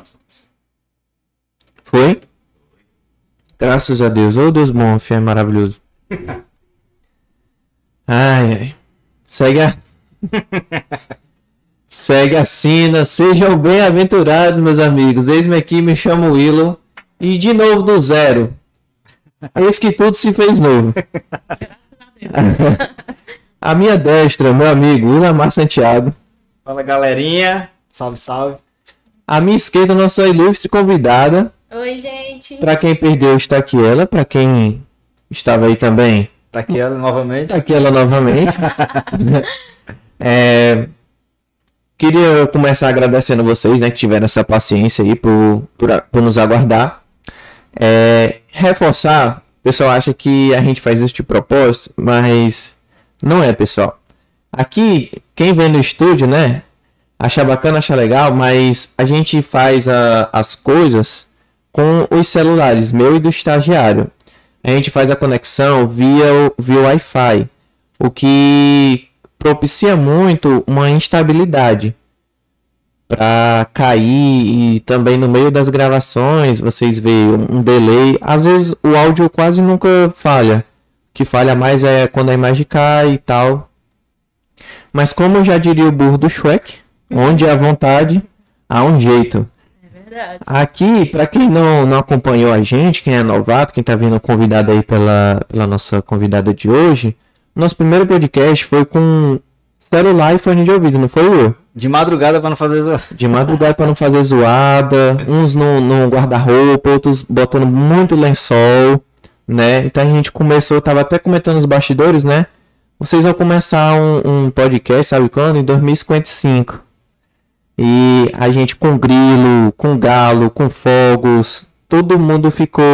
Foi? Graças a Deus. Ô Deus bom, fiel e maravilhoso. Ai, ai. Segue a sina. Sejam bem-aventurados, meus amigos. Eis-me aqui, me chamo Willow. E de novo do zero. Eis que tudo se fez novo. A minha destra, meu amigo, Willamar Santiago. Fala, galerinha. Salve, salve. À minha esquerda, nossa ilustre convidada. Oi, gente. Pra quem perdeu, está aqui ela. Pra quem estava aí também, Tá aqui ela novamente. tá aqui ela novamente. Queria começar agradecendo vocês, né, que tiveram essa paciência aí por nos aguardar. Reforçar, o pessoal acha que a gente faz isso de propósito, mas não é, pessoal. Aqui, quem vem no estúdio, né, acha bacana, acha legal, mas a gente faz as coisas com os celulares, meu e do estagiário. A gente faz a conexão via Wi-Fi, o que propicia muito uma instabilidade para cair, e também no meio das gravações vocês veem um delay. Às vezes o áudio quase nunca falha, o que falha mais é quando a imagem cai e tal. Mas como já diria o burro do Shrek, onde há vontade, há um jeito. Verdade. Aqui, para quem não acompanhou a gente, quem é novato, quem tá vindo convidado aí pela nossa convidada de hoje, nosso primeiro podcast foi com celular e fone de ouvido, não foi, Will? De madrugada pra não fazer zoada. De madrugada para não fazer zoada, uns no guarda-roupa, outros botando muito lençol, né? Então a gente começou, tava até comentando nos bastidores, né? Vocês vão começar um podcast, sabe quando? Em 2055. E a gente com grilo, com galo, com fogos, todo mundo ficou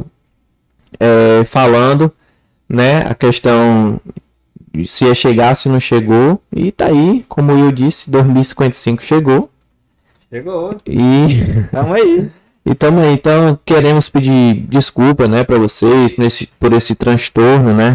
falando, né? A questão de se ia chegar, se não chegou. E tá aí, como eu disse, 2055 chegou. Chegou. E Tamo aí. e também, então, queremos pedir desculpa, né, para vocês por esse transtorno, né?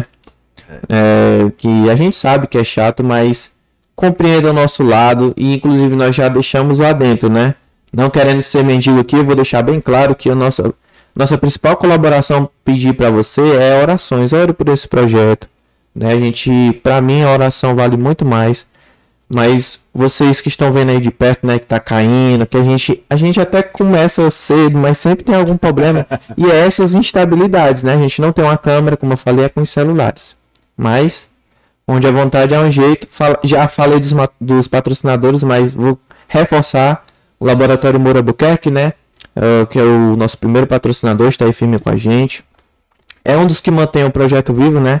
Que a gente sabe que é chato, mas compreenda o nosso lado, e inclusive nós já deixamos lá dentro, né? Não querendo ser mendigo aqui, eu vou deixar bem claro que a nossa principal colaboração pedir para você é orações. Ore por esse projeto, né? A gente, para mim, a oração vale muito mais. Mas vocês que estão vendo aí de perto, né, que tá caindo, que a gente até começa cedo, mas sempre tem algum problema. E é essas instabilidades, né? A gente não tem uma câmera, como eu falei, é com os celulares. Mas onde a vontade é um jeito. Já falei dos patrocinadores, mas vou reforçar o Laboratório Moura Albuquerque, né? Que é o nosso primeiro patrocinador, está aí firme com a gente. É um dos que mantém o projeto vivo, né?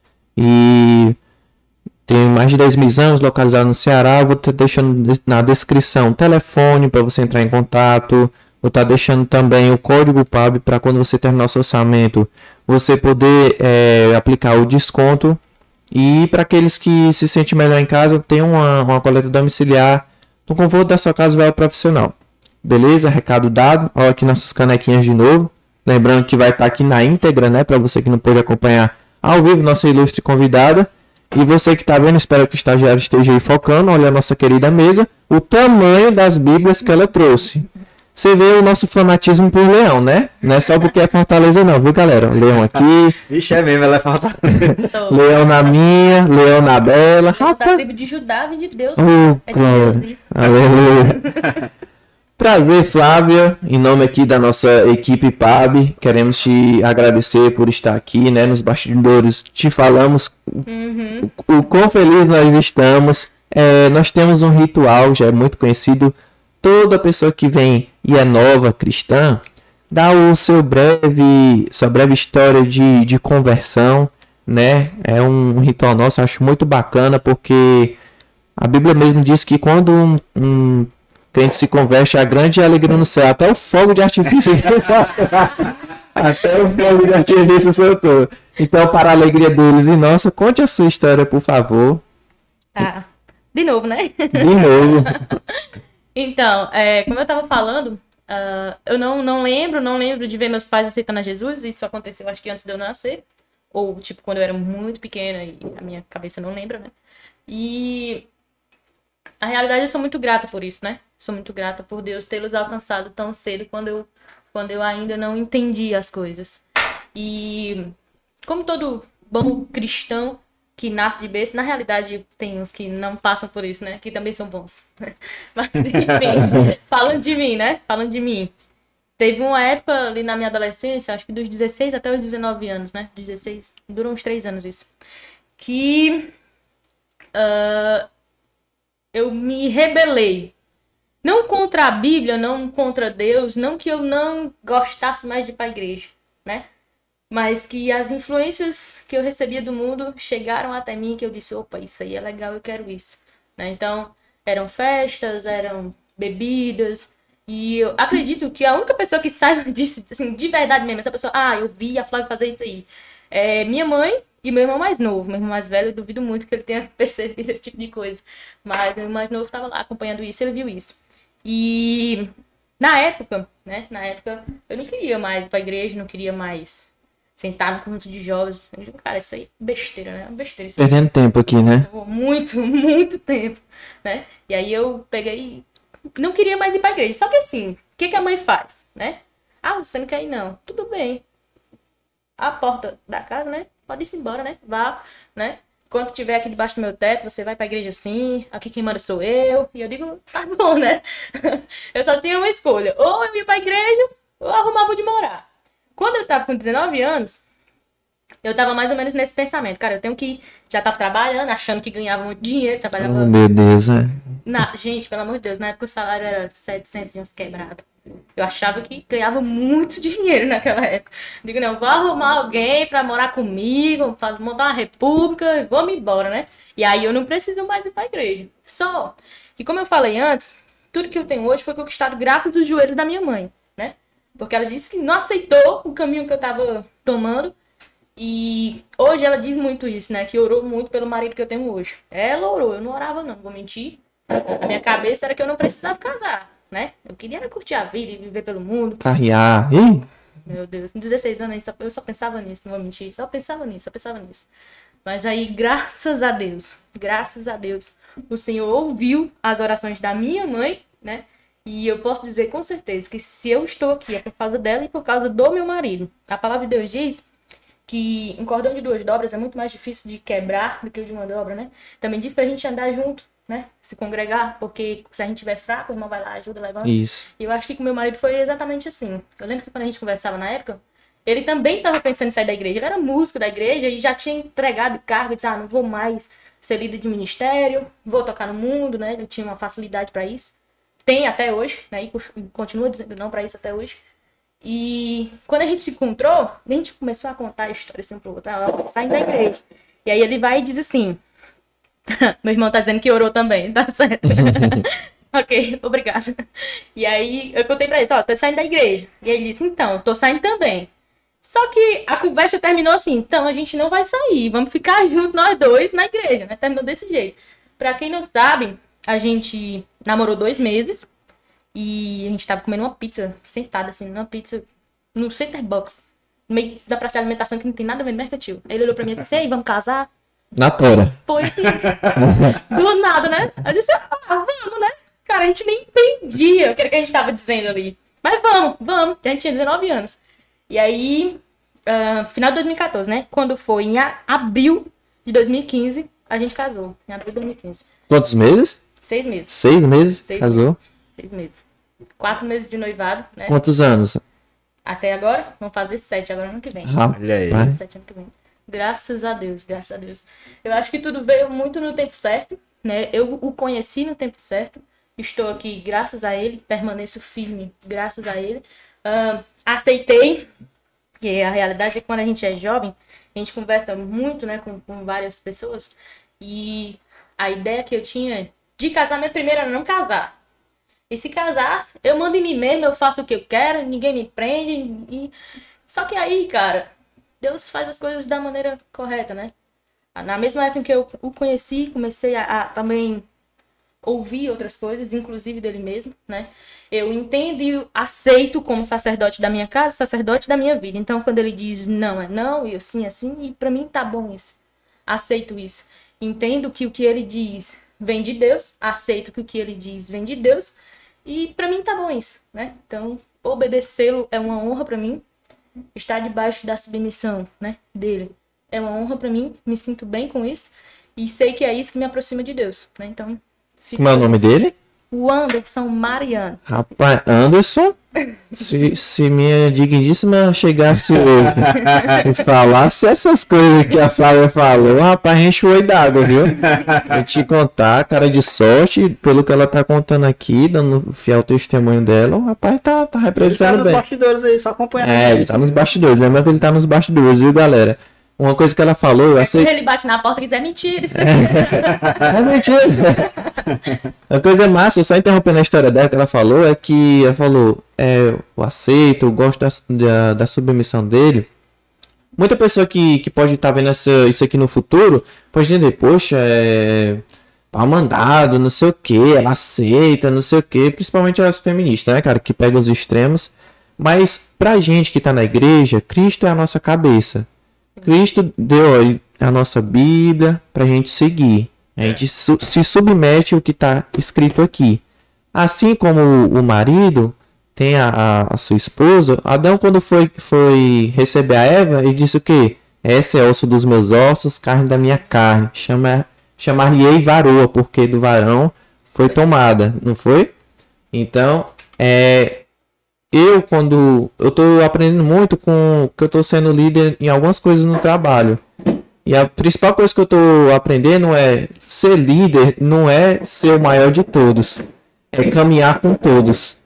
E tem mais de 10 anos localizado no Ceará. Vou estar deixando na descrição o telefone para você entrar em contato. Vou estar deixando também o código PAB para quando você terminar o seu orçamento, você poder aplicar o desconto. E para aqueles que se sentem melhor em casa, tem uma coleta domiciliar no conforto da sua casa, vai ao profissional. Beleza? Recado dado. Olha aqui nossas canequinhas de novo. Lembrando que vai estar aqui na íntegra, né? Para você que não pôde acompanhar ao vivo, nossa ilustre convidada. E você que está vendo, espero que o estagiário esteja aí focando. Olha a nossa querida mesa. O tamanho das bíblias que ela trouxe. Você vê o nosso fanatismo por leão, né? Não é só porque é Fortaleza não, viu, galera? Leão aqui. Ixi, é mesmo, ela é Fortaleza. Leão na minha, leão na dela. Da tribo de Judá, vem de Deus. Oh, É de glória. Deus isso. Aleluia. Prazer, Flávia. Em nome aqui da nossa equipe PAB, queremos te agradecer por estar aqui, né? Nos bastidores te falamos o quão feliz nós estamos. Nós temos um ritual, já é muito conhecido. Toda pessoa que vem e é nova cristã, dá sua breve história de conversão, né? É um ritual nosso, eu acho muito bacana, porque a Bíblia mesmo diz que quando um crente se converte, há grande alegria no céu. Até o fogo de artifício até o fogo de artifício soltou. Então, para a alegria deles e nossa, conte a sua história, por favor. Ah, de novo, né? De novo. Então, como eu tava falando, eu não lembro de ver meus pais aceitando a Jesus. Isso aconteceu, acho que antes de eu nascer. Ou, tipo, quando eu era muito pequena e a minha cabeça não lembra, né? E A realidade, eu sou muito grata por isso, né? Sou muito grata por Deus tê-los alcançado tão cedo quando eu ainda não entendi as coisas. E como todo bom cristão que nasce de berço, na realidade tem uns que não passam por isso, né? Que também são bons. Mas enfim, falando de mim, né? Falando de mim. Teve uma época ali na minha adolescência, acho que dos 16 até os 19 anos, né? 16, durou uns 3 anos isso. Que eu me rebelei. Não contra a Bíblia, não contra Deus, não que eu não gostasse mais de ir para a igreja, né? Mas que as influências que eu recebia do mundo chegaram até mim, que eu disse, opa, isso aí é legal, eu quero isso, né? Então, eram festas, eram bebidas, e eu acredito que a única pessoa que saiba disso, assim, de verdade mesmo, essa pessoa, eu vi a Flávia fazer isso aí, é minha mãe e meu irmão mais novo. Meu irmão mais velho, eu duvido muito que ele tenha percebido esse tipo de coisa, mas meu irmão mais novo estava lá acompanhando isso, ele viu isso. E na época, né, eu não queria mais ir pra igreja, não queria mais sentar no conjunto de jovens. Eu digo, cara, isso aí é besteira, né? É besteira isso aí. Perdendo tempo aqui, né? Muito, muito tempo, né? E aí eu peguei, não queria mais ir pra igreja. Só que assim, o que a mãe faz, né? Você não quer ir não? Tudo bem. A porta da casa, né? Pode ir embora, né? Vá, né? Quando estiver aqui debaixo do meu teto, você vai pra igreja sim. Aqui quem manda sou eu. E eu digo, tá bom, né? Eu só tinha uma escolha. Ou eu ia pra igreja, ou eu arrumava onde morar. Quando eu tava com 19 anos, eu tava mais ou menos nesse pensamento. Cara, eu tenho que... Já tava trabalhando, achando que ganhava muito dinheiro. Trabalhava... Oh, meu Deus, né? Gente, pelo amor de Deus, na época o salário era 700 e uns quebrados. Eu achava que ganhava muito dinheiro naquela época. Digo, não, vou arrumar alguém pra morar comigo, montar uma república e vamos embora, né? E aí eu não preciso mais ir pra igreja. Só que, como eu falei antes, tudo que eu tenho hoje foi conquistado graças aos joelhos da minha mãe, né? Porque ela disse que não aceitou o caminho que eu tava tomando. E hoje ela diz muito isso, né? Que orou muito pelo marido que eu tenho hoje. Ela orou, eu não orava não, vou mentir. A minha cabeça era que eu não precisava casar, né? Eu queria era curtir a vida e viver pelo mundo. Carrear. Ih, Meu Deus, com 16 anos eu só pensava nisso, não vou mentir. Só pensava nisso. Mas aí, graças a Deus, o Senhor ouviu as orações da minha mãe, né? E eu posso dizer com certeza que se eu estou aqui é por causa dela e por causa do meu marido. A palavra de Deus diz que um cordão de 2 dobras é muito mais difícil de quebrar do que o de uma dobra, né? Também diz pra gente andar junto, né? Se congregar, porque se a gente tiver fraco, o irmão vai lá, ajuda, levanta. isso. E eu acho que com meu marido foi exatamente assim. Eu lembro que quando a gente conversava na época, ele também estava pensando em sair da igreja. Ele era músico da igreja e já tinha entregado cargo e disse, não vou mais ser líder de ministério, vou tocar no mundo, né? Ele tinha uma facilidade pra isso. Tem até hoje, né? E continua dizendo não pra isso até hoje. E quando a gente se encontrou, a gente começou a contar a história assim pro outro, saindo da igreja. E aí ele vai e diz assim, meu irmão tá dizendo que orou também, tá certo? Ok, obrigada. E aí eu contei pra ele, tô saindo da igreja. E ele disse, então, tô saindo também. Só que a conversa terminou assim, então a gente não vai sair, vamos ficar juntos nós dois na igreja, né? Terminou desse jeito. Pra quem não sabe, a gente namorou 2 meses e a gente tava comendo uma pizza, sentada assim, numa pizza no Center Box, no meio da praça de alimentação que não tem nada a ver no mercantil. Aí ele olhou pra mim e disse, ei, vamos casar? Na tora. Foi assim, do nada, né? Eu disse, vamos, né? Cara, a gente nem entendia o que a gente tava dizendo ali. Mas vamos. A gente tinha 19 anos. E aí, final de 2014, né? Quando foi em abril de 2015, a gente casou. Em abril de 2015. Quantos meses? 6 meses. 6 meses? 6 Casou? 6 meses. 4 meses de noivado, né? Quantos anos? Até agora, vamos fazer 7 agora ano que vem. Olha aí. Rapaz. 7 ano que vem. Graças a Deus, graças a Deus. Eu acho que tudo veio muito no tempo certo, né? Eu o conheci no tempo certo. Estou aqui graças a ele, permaneço firme graças a ele. Aceitei, que a realidade é que quando a gente é jovem, a gente conversa muito, né, com várias pessoas. E a ideia que eu tinha de casamento primeiro era não casar. E se casasse, eu mando em mim mesmo, eu faço o que eu quero, ninguém me prende. Só que aí, cara, Deus faz as coisas da maneira correta, né? Na mesma época em que eu o conheci, comecei a também ouvir outras coisas, inclusive dele mesmo, né? Eu entendo e aceito como sacerdote da minha casa, sacerdote da minha vida. Então, quando ele diz não é não, e eu sim é sim, e pra mim tá bom isso. Aceito isso. Entendo que o que ele diz vem de Deus, aceito que o que ele diz vem de Deus, e pra mim tá bom isso, né? Então, obedecê-lo é uma honra pra mim, estar debaixo da submissão, né, dele é uma honra pra mim, me sinto bem com isso, e sei que é isso que me aproxima de Deus, né? Então, fico Como é o nome feliz. dele? O Anderson Mariano. Rapaz, Anderson, se minha digníssima chegasse hoje e falasse essas coisas que a Flávia falou, rapaz, enche o olho d'água, viu? Vou te contar, cara de sorte, pelo que ela tá contando aqui, dando fiel testemunho dela, o rapaz tá Ele tá representando nos bem. bastidores aí, só acompanhando. É, ele tá nos bastidores, lembra que ele tá nos bastidores, viu, galera? Uma coisa que ela falou, eu aceito. Ele bate na porta e diz, é mentira isso aqui. É mentira. A coisa massa, só interrompendo a história dela, que ela falou, é que ela falou, eu aceito, eu gosto da submissão dele. Muita pessoa que pode estar vendo isso aqui no futuro, pode entender, poxa, pau mandado, não sei o que, ela aceita, não sei o que, principalmente as feministas, né, cara, que pegam os extremos. Mas pra gente que tá na igreja, Cristo é a nossa cabeça. Cristo deu a nossa Bíblia pra gente seguir. A gente se submete ao que está escrito aqui. Assim como o marido tem a sua esposa, Adão, quando foi receber a Eva, ele disse o quê? Esse é osso dos meus ossos, carne da minha carne. Chamar-lhe-ei varoa, porque do varão foi tomada, não foi? Então, quando eu tô aprendendo muito com que eu tô sendo líder em algumas coisas no trabalho. E a principal coisa que eu tô aprendendo é ser líder não é ser o maior de todos. É caminhar com todos.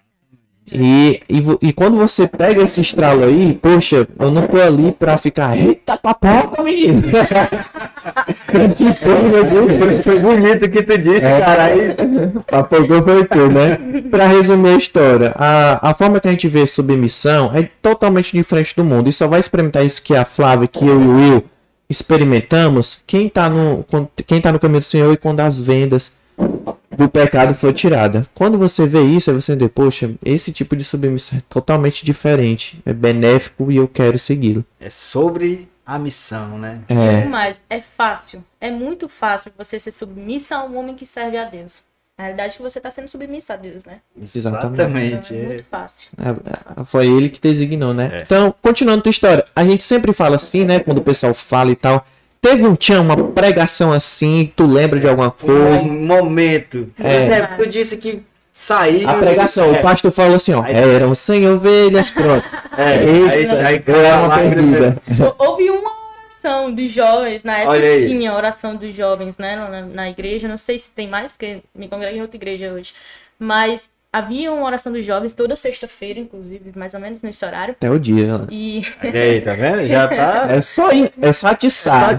E quando você pega esse estralo aí, poxa, eu não tô ali pra ficar, eita papoca, menino. Foi bonito o que tu disse, cara. Aí... Papocou foi tu, né? Pra resumir a história, a forma que a gente vê submissão é totalmente diferente do mundo. E só vai experimentar isso que a Flávia, que eu e o Will experimentamos, quem tá no caminho do Senhor e quando as vendas do pecado foi tirada. Quando você vê isso, aí você vê, poxa, esse tipo de submissão é totalmente diferente, é benéfico e eu quero segui-lo. É sobre a missão, né? Mas é fácil, é muito fácil você ser submissa a um homem que serve a Deus. Na realidade, que você está sendo submissa a Deus, né? Exatamente. Então, é muito fácil. Foi ele que designou, né? Então, continuando a tua história, a gente sempre fala assim, né? Quando o pessoal fala e tal. Teve uma pregação assim, tu lembra de alguma coisa? Um momento. Por exemplo, tu disse que saiu... A pregação, o pastor falou assim, ó, eram 100 ovelhas, pronto. Aí uma perdida. Houve uma oração dos jovens, na época Olha aí. tinha oração dos jovens, né, na igreja, não sei se tem mais, porque me congrego em outra igreja hoje, mas havia uma oração dos jovens toda sexta-feira, inclusive, mais ou menos nesse horário. Até o dia. Né? E... Olha aí, tá vendo? Já tá... É só atiçar.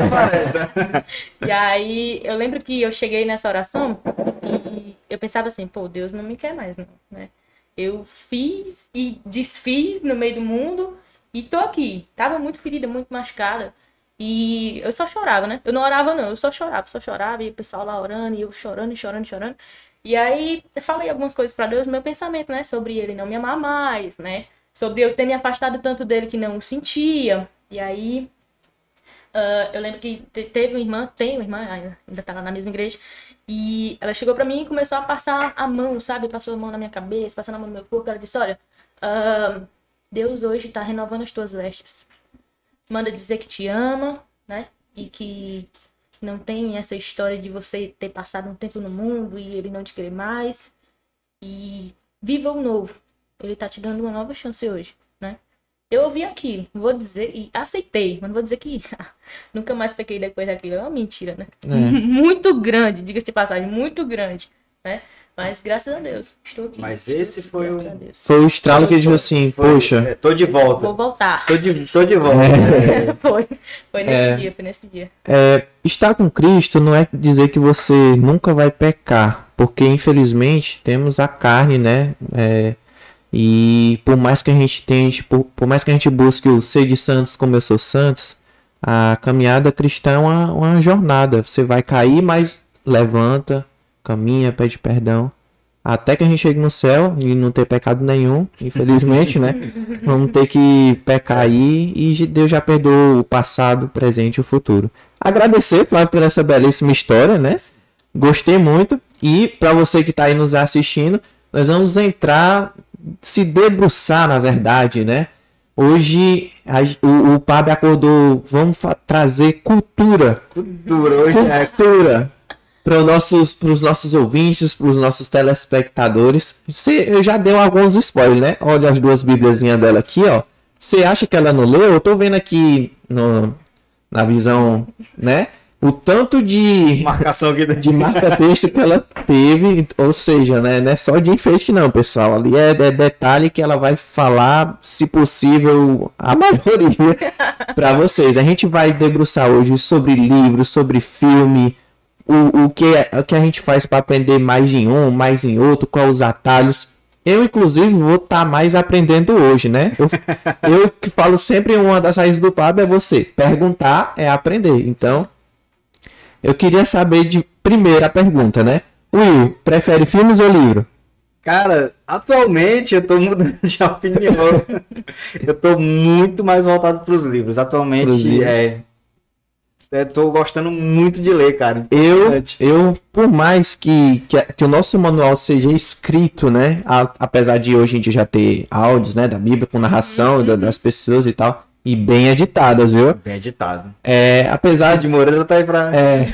E aí, eu lembro que eu cheguei nessa oração e eu pensava assim, pô, Deus não me quer mais, não, né? Eu fiz e desfiz no meio do mundo e tô aqui. Tava muito ferida, muito machucada. E eu só chorava, né? Eu não orava, não. Eu só chorava. E o pessoal lá orando, e eu chorando. E aí, eu falei algumas coisas pra Deus no meu pensamento, né? Sobre ele não me amar mais, né? Sobre eu ter me afastado tanto dele que não o sentia. E aí, eu lembro que teve uma irmã, tem uma irmã, ainda tá lá na mesma igreja. E ela chegou pra mim e começou a passar a mão, sabe? Passou a mão na minha cabeça, passando a mão no meu corpo. Ela disse, olha, Deus hoje tá renovando as tuas vestes. Manda dizer que te ama, né? E que não tem essa história de você ter passado um tempo no mundo e ele não te querer mais. E viva o novo. Ele tá te dando uma nova chance hoje, né? Eu ouvi aquilo, vou dizer, e aceitei, mas não vou dizer que nunca mais pequei depois daquilo. É uma mentira, né? Muito grande, diga-se de passagem, muito grande, né? Mas graças a Deus, estou aqui. Mas esse foi o... Foi o estralo que ele disse assim, poxa... tô de volta. Vou voltar. Tô de volta. Foi nesse dia. Estar com Cristo não é dizer que você nunca vai pecar, porque infelizmente temos a carne, né? E por mais que a gente tente, por mais que a gente busque o ser de santos como eu sou santos, a caminhada cristã é uma jornada. Você vai cair, mas levanta, caminha, pede perdão, até que a gente chegue no céu e não ter pecado nenhum, infelizmente, né? Vamos ter que pecar aí e Deus já perdoou o passado, o presente e o futuro. Agradecer, Flávio, por essa belíssima história, né? Gostei muito. E para você que está aí nos assistindo, nós vamos entrar, se debruçar, na verdade, né? Hoje o Pab acordou, vamos trazer cultura. Hoje é Cultura para os nossos ouvintes, para os nossos telespectadores. Eu já dei alguns spoilers, né? Olha as duas bíbliazinhas dela aqui, ó. Você acha que ela não leu? Eu tô vendo aqui na visão, né? O tanto de marcação aqui de marca-texto que ela teve, ou seja, né, não é só de enfeite não, pessoal, ali é detalhe que ela vai falar, se possível, a maioria para vocês. A gente vai debruçar hoje sobre livros, sobre filme, o que a gente faz para aprender mais em um, mais em outro, quais os atalhos. Eu, inclusive, vou estar mais aprendendo hoje, né? Eu que falo sempre, uma das raízes do Pab é você perguntar, é aprender. Então, eu queria saber de primeira pergunta, né? Will, prefere filmes ou livro? Cara, atualmente eu tô mudando de opinião. Eu tô muito mais voltado pros livros. Atualmente, tô gostando muito de ler, cara. Eu por mais que o nosso manual seja escrito, né? Apesar de hoje em dia já ter áudios, né? Da Bíblia com narração das pessoas e tal. E bem editadas, viu? Bem editado. Apesar de Moreira tá aí pra...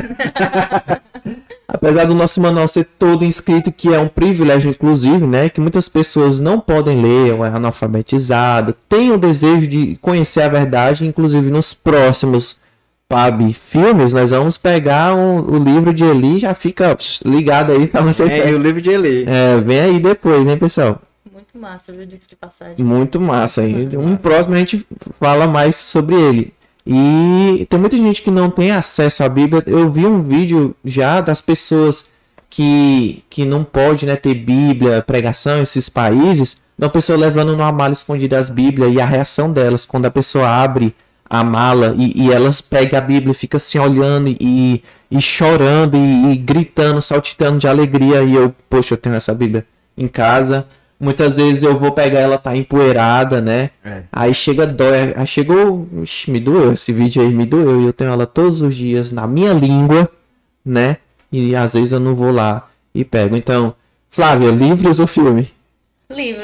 Apesar do nosso manual ser todo escrito, que é um privilégio, inclusive, né? Que muitas pessoas não podem ler, ou é analfabetizado, tem o desejo de conhecer a verdade, inclusive nos próximos Pab filmes, nós vamos pegar o livro de Eli, já fica ligado aí pra você. O livro de Eli. Vem aí depois, hein, pessoal? Muito massa, viu, de passagem. Muito massa. Próximo a gente fala mais sobre ele. E tem muita gente que não tem acesso à Bíblia. Eu vi um vídeo já das pessoas que não pode, né, ter Bíblia, pregação, esses países, uma pessoa levando numa mala escondida as Bíblias e a reação delas quando a pessoa abre a mala e elas pegam a Bíblia e ficam assim olhando e chorando e gritando, saltitando de alegria. E eu, poxa, eu tenho essa Bíblia em casa. Muitas vezes eu vou pegar, ela tá empoeirada, né? Aí chega, dói. Aí chegou, me doeu, esse vídeo aí me doeu. E eu tenho ela todos os dias na minha língua, né? E às vezes eu não vou lá e pego. Então, Flávia, livros ou filme? Livro.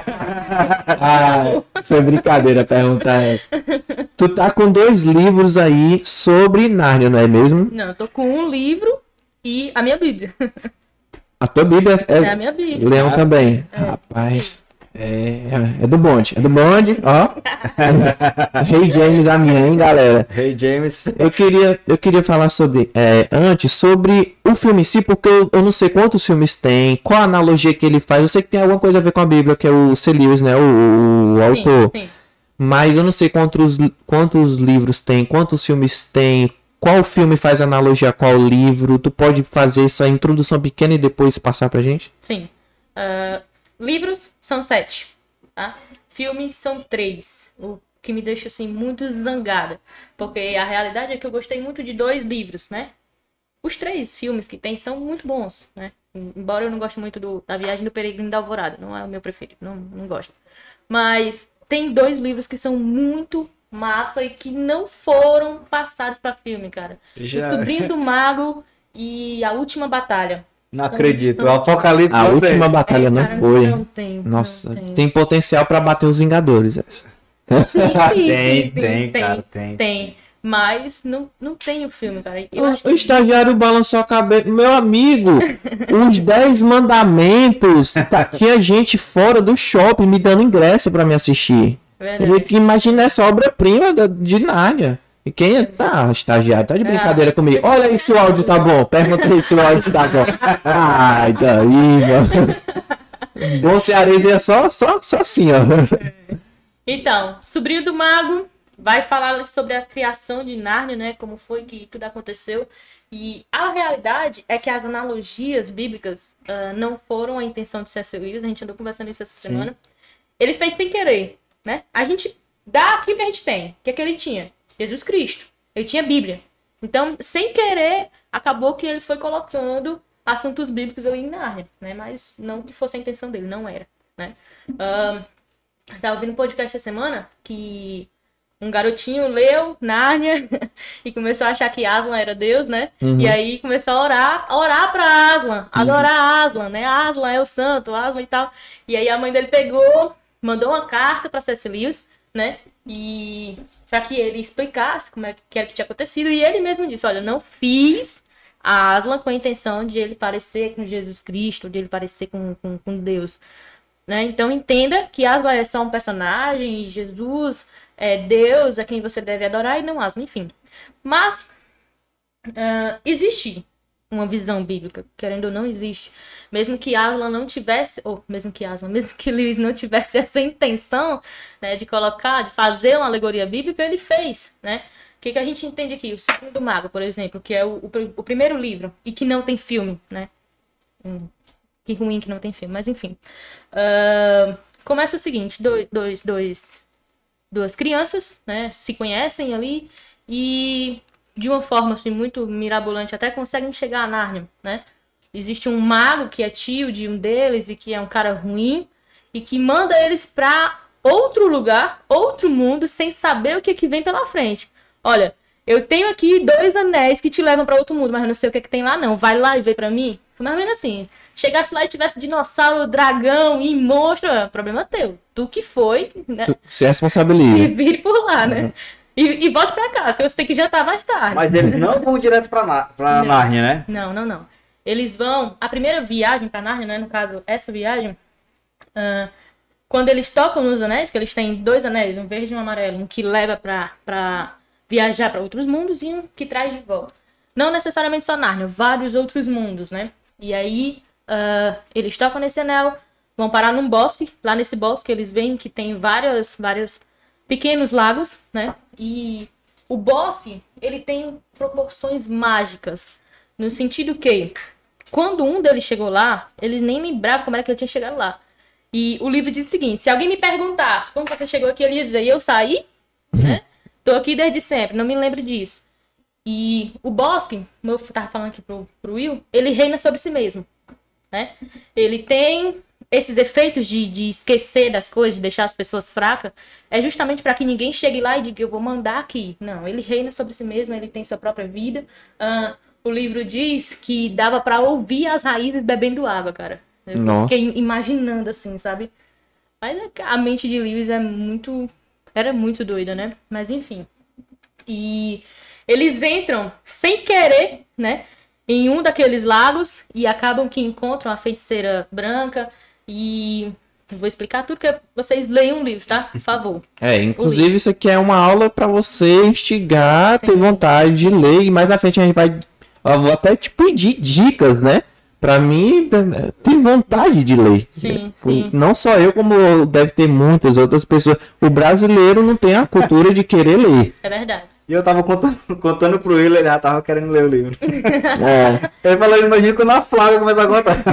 Foi brincadeira perguntar essa. Tu tá com 2 livros aí sobre Nárnia, não é mesmo? Não, eu tô com um livro e a minha Bíblia. A tua Bíblia é a minha Bíblia. Leão também. Rapaz, é do bonde. É do bonde, ó. Rei James a minha, hein, galera? Rei James. Eu queria falar antes sobre o filme em si, porque eu não sei quantos filmes tem, qual a analogia que ele faz. Eu sei que tem alguma coisa a ver com a Bíblia, que é o C. Lewis, né? O autor. Sim. Mas eu não sei quantos livros tem, quantos filmes tem. Qual filme faz analogia a qual livro? Tu pode fazer essa introdução pequena e depois passar pra gente? Sim. Livros são 7. Tá? Filmes são 3. O que me deixa assim muito zangada. Porque a realidade é que eu gostei muito de 2 livros, né? Os 3 filmes que tem são muito bons, né? Embora eu não goste muito da Viagem do Peregrino da Alvorada. Não é o meu preferido. Não gosto. Mas tem 2 livros que são muito massa e que não foram passados pra filme, cara. O Sobrinho do Mago e A Última Batalha. Não acredito. O Apocalipse. A Última Batalha não foi. Não tem. Nossa, não tem. Tem potencial pra bater os Vingadores essa. Tem. Mas não tem o filme, cara. O estagiário balançou a cabeça. Meu amigo, os 10 mandamentos. Tinha gente fora do shopping me dando ingresso pra me assistir. Imagina essa obra-prima de Nárnia. E quem é? Tá, estagiário, tá de brincadeira comigo. Olha aí se o áudio tá bom. Pergunta aí se o áudio tá bom. Ai, daí, mano. Bom cearense é só assim, ó. Então, Sobrinho do Mago vai falar sobre a criação de Nárnia, né? Como foi que tudo aconteceu. E a realidade é que as analogias bíblicas não foram a intenção de C.S. Lewis. A gente andou conversando isso essa semana. Ele fez sem querer, né? A gente dá aquilo que a gente tem. O que é que ele tinha? Jesus Cristo. Ele tinha Bíblia. Então, sem querer, acabou que ele foi colocando assuntos bíblicos ali em Nárnia, né? Mas não que fosse a intenção dele, não era, né? Tava ouvindo um podcast essa semana que um garotinho leu Nárnia e começou a achar que Aslan era Deus, né? Uhum. E aí começou a orar pra Aslan, adorar Aslan, né? Aslan é o santo, Aslan e tal. E aí a mãe dele pegou, mandou uma carta pra C.S. Lewis, né? E para que ele explicasse como é que era que tinha acontecido. E ele mesmo disse, olha, não fiz a Aslan com a intenção de ele parecer com Jesus Cristo, de ele parecer com Deus. Né? Então entenda que Aslan é só um personagem e Jesus é Deus, a quem você deve adorar, e não Aslan, enfim. Mas existe uma visão bíblica, querendo ou não existe. Mesmo que Aslan não tivesse, mesmo que Lewis não tivesse essa intenção, né, de fazer uma alegoria bíblica, ele fez, né? O que a gente entende aqui? O Círculo do Mago, por exemplo, que é o primeiro livro, e que não tem filme, né? Que ruim que não tem filme, mas enfim. Começa o seguinte, duas crianças, né, se conhecem ali e de uma forma assim muito mirabolante até conseguem chegar a Nárnia, né? Existe um mago que é tio de um deles e que é um cara ruim e que manda eles pra outro lugar, outro mundo, sem saber o que vem pela frente. Olha, eu tenho aqui 2 anéis que te levam pra outro mundo, mas eu não sei o que tem lá não. Vai lá e vê pra mim. Mais ou menos assim. Chegasse lá e tivesse dinossauro, dragão e monstro, problema teu. Tu que foi, né? Tu se responsabiliza. E vire por lá, né? E volte pra casa, que você tem que jantar mais tarde. Mas eles não vão direto pra Nárnia, né? Não. Eles vão... A primeira viagem pra Nárnia, né? No caso, essa viagem... quando eles tocam nos anéis, que eles têm 2 anéis, um verde e um amarelo, um que leva pra viajar pra outros mundos e um que traz de volta. Não necessariamente só Nárnia, vários outros mundos, né? E aí, eles tocam nesse anel, vão parar num bosque. Lá nesse bosque eles veem que tem vários pequenos lagos, né? E o bosque, ele tem proporções mágicas. No sentido que, quando um deles chegou lá, eles nem lembravam como era que ele tinha chegado lá. E o livro diz o seguinte, se alguém me perguntasse como você chegou aqui, ele ia dizer, eu saí, né? Tô aqui desde sempre, não me lembro disso. E o bosque, como eu tava falando aqui pro Will, ele reina sobre si mesmo, né? Ele tem esses efeitos de esquecer das coisas, de deixar as pessoas fracas, é justamente para que ninguém chegue lá e diga, eu vou mandar aqui. Não, ele reina sobre si mesmo, ele tem sua própria vida. O livro diz que dava para ouvir as raízes bebendo água, cara. Eu fiquei imaginando assim, sabe? Mas a mente de Lewis era muito doida, né? Mas enfim. E eles entram sem querer, né? Em um daqueles lagos e acabam que encontram a feiticeira branca e... Vou explicar tudo, que vocês leiam um livro, tá? Por favor. Inclusive isso aqui é uma aula para você instigar, ter vontade de ler. E mais na frente a gente vai... Eu vou até te pedir dicas, né? Pra mim, tem vontade de ler. Sim. Não só eu, como deve ter muitas outras pessoas. O brasileiro não tem a cultura de querer ler. É verdade. E eu tava contando pro ele, ele já tava querendo ler o livro. Ele falou, imagina quando a Flávia começar a contar.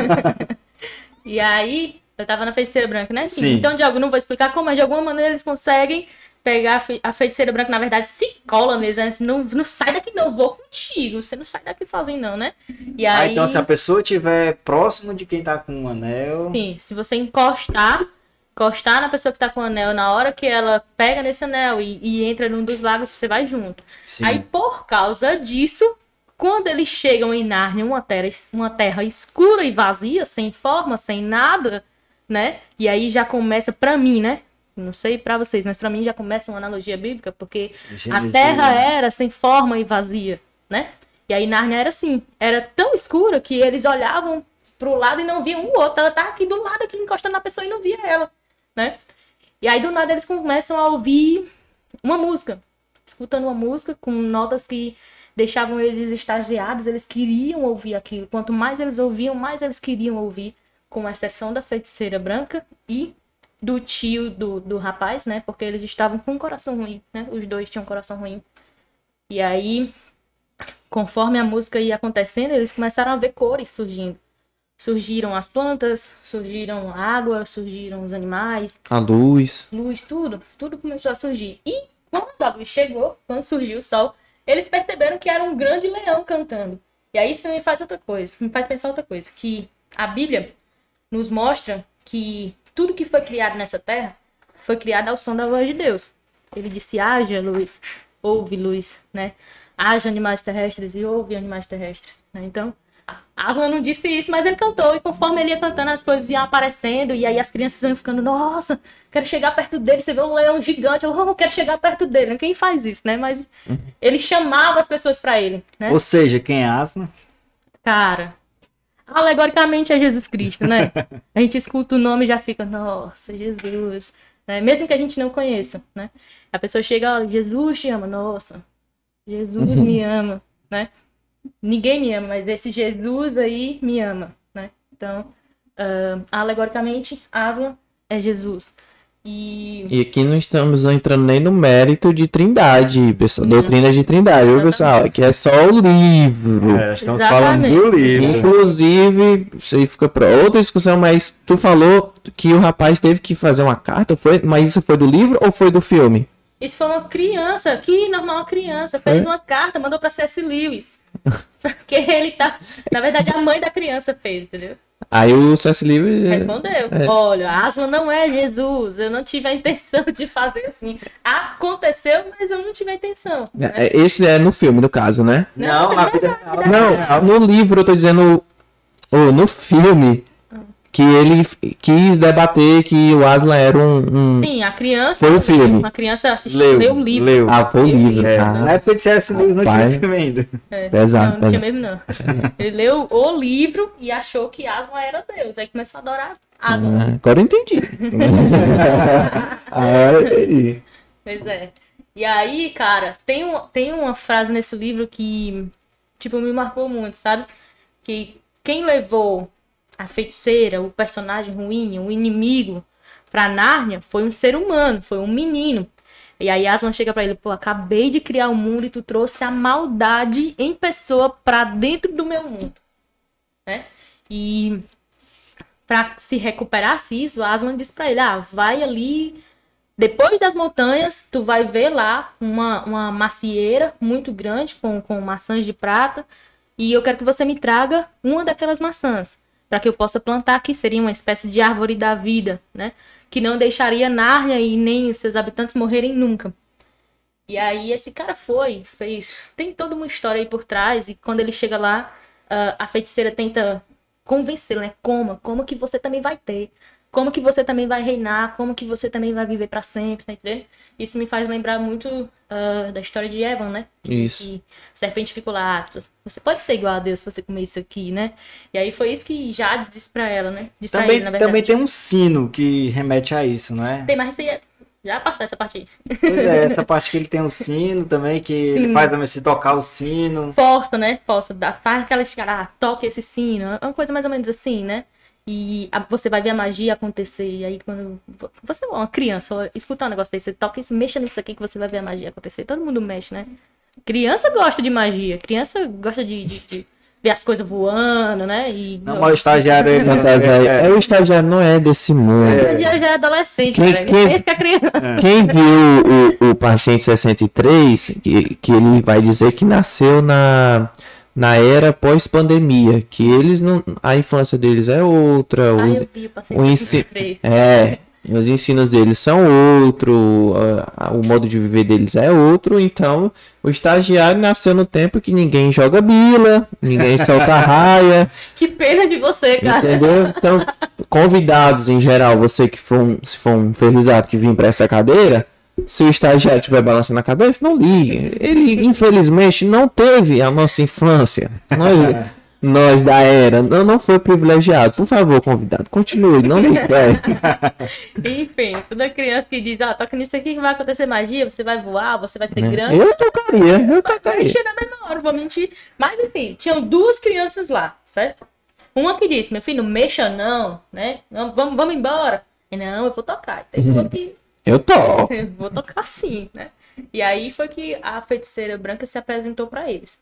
E aí, eu tava na feiticeira branca, né? Sim. Então, não vou explicar como, mas de alguma maneira eles conseguem pegar a feiticeira branca, na verdade, se cola neles, né? Não sai daqui não, eu vou contigo. Você não sai daqui sozinho não, né? E aí... então se a pessoa estiver próximo de quem tá com um anel... Sim, se você encostar na pessoa que tá com o anel, na hora que ela pega nesse anel e entra num dos lagos, você vai junto. Sim. Aí, por causa disso, quando eles chegam em Nárnia, uma terra escura e vazia, sem forma, sem nada, né? E aí já começa, pra mim, né? Não sei pra vocês, mas pra mim já começa uma analogia bíblica, porque a terra era sem forma e vazia, né? E aí Nárnia era assim, era tão escura que eles olhavam pro lado e não viam o outro. Ela tava aqui do lado, aqui encostando na pessoa e não via ela, né? E aí do nada eles começam a ouvir uma música, escutando uma música com notas que deixavam eles extasiados, eles queriam ouvir aquilo. Quanto mais eles ouviam, mais eles queriam ouvir, com exceção da feiticeira branca e do tio do rapaz, né? Porque eles estavam com um coração ruim, né? Os dois tinham um coração ruim. E aí, conforme a música ia acontecendo, eles começaram a ver cores surgindo. Surgiram as plantas, surgiram a água, surgiram os animais. A luz. Luz, tudo começou a surgir. E quando a luz chegou, quando surgiu o sol, eles perceberam que era um grande leão cantando. E aí isso me faz pensar outra coisa, que a Bíblia nos mostra que tudo que foi criado nessa terra foi criado ao som da voz de Deus, Ele disse, haja luz, houve luz, né? Haja animais terrestres e houve animais terrestres, né? Então, Aslan não disse isso, mas ele cantou. E conforme ele ia cantando, as coisas iam aparecendo. E aí as crianças iam ficando, nossa, quero chegar perto dele. Você vê um leão gigante, eu quero chegar perto dele. Quem faz isso, né? Mas ele chamava as pessoas pra ele, né? Ou seja, quem é Aslan? Cara, alegoricamente é Jesus Cristo, né? A gente escuta o nome e já fica, nossa, Jesus, né? Mesmo que a gente não conheça, né? A pessoa chega, olha, Jesus te ama, nossa, Jesus me ama, né? Ninguém me ama, mas esse Jesus aí me ama, né? Então, alegoricamente, Aslan é Jesus. E aqui não estamos entrando nem no mérito de trindade, pessoal, doutrina de trindade, viu, pessoal? Aqui é só o livro. Estamos falando do livro. Inclusive, isso aí fica para outra discussão, mas tu falou que o rapaz teve que fazer uma carta, mas isso foi do livro ou foi do filme? Isso foi uma criança, que normal, uma criança, fez uma carta, mandou pra C.S. Lewis. Porque ele tá... Na verdade, a mãe da criança fez, entendeu? Aí o C.S. Lewis... Respondeu. Olha, Aslan não é Jesus, eu não tive a intenção de fazer assim. Aconteceu, mas eu não tive a intenção. Né? Esse é no filme, no caso, né? Não, na vida real. Não, no livro eu tô dizendo... no filme... Que ele quis debater que o Aslan era Sim, a criança... Foi o filme. A criança assistiu, leu o livro. Leu. Foi o livro. Na época de C.S. Lewis não tinha filme ainda. Pesado. Não tinha mesmo, não. Ele leu o livro e achou que Aslan era Deus. Aí começou a adorar Aslan. Agora eu entendi. Pois é. E aí, cara, tem uma frase nesse livro que, tipo, me marcou muito, sabe? Que quem levou a feiticeira, o personagem ruim, o inimigo pra Nárnia foi um ser humano, foi um menino. E aí Aslan chega pra ele, pô, acabei de criar o mundo e tu trouxe a maldade em pessoa pra dentro do meu mundo, né? E pra se recuperasse isso, Aslan disse pra ele, vai ali, depois das montanhas, tu vai ver lá uma macieira muito grande com maçãs de prata e eu quero que você me traga uma daquelas maçãs, para que eu possa plantar aqui, seria uma espécie de árvore da vida, né? Que não deixaria Nárnia e nem os seus habitantes morrerem nunca. E aí esse cara fez... Tem toda uma história aí por trás, e quando ele chega lá, a feiticeira tenta convencê-lo, né? Como que você também vai ter? Como que você também vai reinar? Como que você também vai viver para sempre, tá entendendo? Isso me faz lembrar muito da história de Evan, né? Isso. Que a serpente ficou lá, você pode ser igual a Deus se você comer isso aqui, né? E aí foi isso que Jades disse pra ela, né? Diz pra ele, na verdade. Também tem um sino que remete a isso, não é? Tem, mas isso aí já passou essa parte aí. Pois é, essa parte que ele tem um sino também, que ele faz se tocar o sino. Força, né? Força, faz aquela escala, toca esse sino, é uma coisa mais ou menos assim, né? E você vai ver a magia acontecer. E aí, quando você é uma criança, escutar um negócio desse, você toca e mexa nisso aqui que você vai ver a magia acontecer. Todo mundo mexe, né? Criança gosta de magia. Criança gosta de ver as coisas voando, né? Não, mas o estagiário... O estagiário não é desse mundo. Já é adolescente, cara. Pensa que é criança. Quem viu o Paciente 63, que ele vai dizer que nasceu na era pós-pandemia, que eles não, a infância deles é outra, eu vi o Paciente 63. Os ensinos deles são outro, o modo de viver deles é outro, então o estagiário nasceu no tempo que ninguém joga bila, ninguém solta raia. Que pena de você, cara. Entendeu? Então, convidados em geral, você que se for um felizardo que vir para essa cadeira, se o estagiário estiver balançando a cabeça, não ligue. Ele, infelizmente, não teve a nossa infância. Nós da era, não foi privilegiado. Por favor, convidado, continue, não me perde. Enfim, toda criança que diz, toca nisso aqui que vai acontecer magia, você vai voar, você vai ser grande. Eu tocaria. Mexer na mesma hora, vou mentir. Mas assim, tinham duas crianças lá, certo? Uma que disse, meu filho, não mexa não, né? Vamos embora. Não, eu vou tocar. Eu toco. Eu vou tocar sim, né? E aí foi que a feiticeira branca se apresentou pra eles.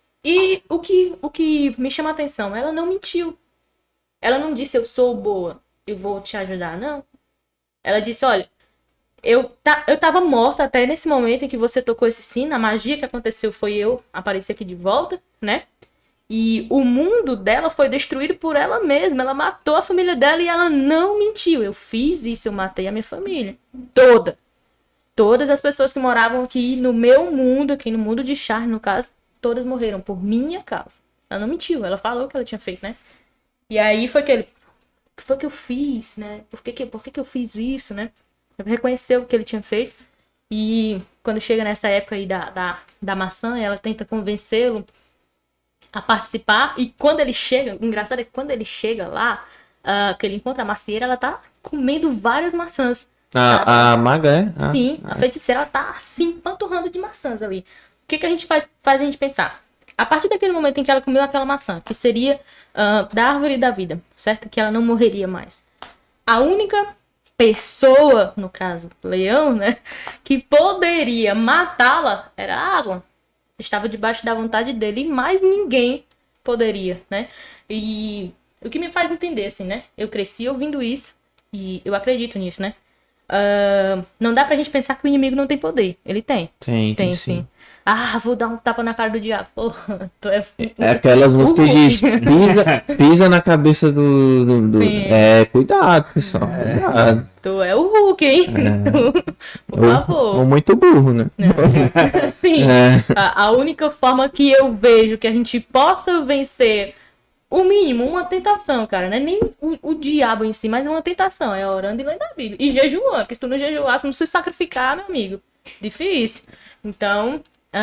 E o que me chama a atenção, ela não mentiu. Ela não disse, eu sou boa, eu vou te ajudar, não. Ela disse, olha, eu tava morta até nesse momento em que você tocou esse sino, a magia que aconteceu foi eu aparecer aqui de volta, né? E o mundo dela foi destruído por ela mesma, ela matou a família dela e ela não mentiu. Eu fiz isso, eu matei a minha família toda. todas as pessoas que moravam aqui no meu mundo, aqui no mundo de Charne, no caso, todas morreram por minha causa. Ela não mentiu, ela falou o que ela tinha feito, né? E aí foi que ele... O que foi que eu fiz, né? Por que eu fiz isso, né? Ele reconheceu o que ele tinha feito. E quando chega nessa época aí da maçã, ela tenta convencê-lo a participar. E quando ele chega, o engraçado é que quando ele chega lá, que ele encontra a macieira, ela tá comendo várias maçãs. A maga é? Sim, a feiticeira, ela tá assim, panturrando de maçãs ali. O que a gente faz a gente pensar? A partir daquele momento em que ela comeu aquela maçã, que seria da árvore da vida, certo? Que ela não morreria mais. A única pessoa, no caso, Leão, né? Que poderia matá-la era Aslan. Estava debaixo da vontade dele e mais ninguém poderia, né? E o que me faz entender, assim, né? Eu cresci ouvindo isso e eu acredito nisso, né? Não dá pra gente pensar que o inimigo não tem poder. Ele tem. Tem sim. Vou dar um tapa na cara do diabo. Porra, É aquelas músicas que diz, pisa na cabeça do... cuidado, pessoal. Cuidado. Tu é o Hulk, hein? Por favor. Ou muito burro, né? Sim. A única forma que eu vejo que a gente possa vencer o mínimo, uma tentação, cara, não é nem o diabo em si, mas uma tentação, é orando e lendo a Bíblia. E jejuando, porque se tu não jejuar, tu não se sacrificar, meu amigo. Difícil. Então,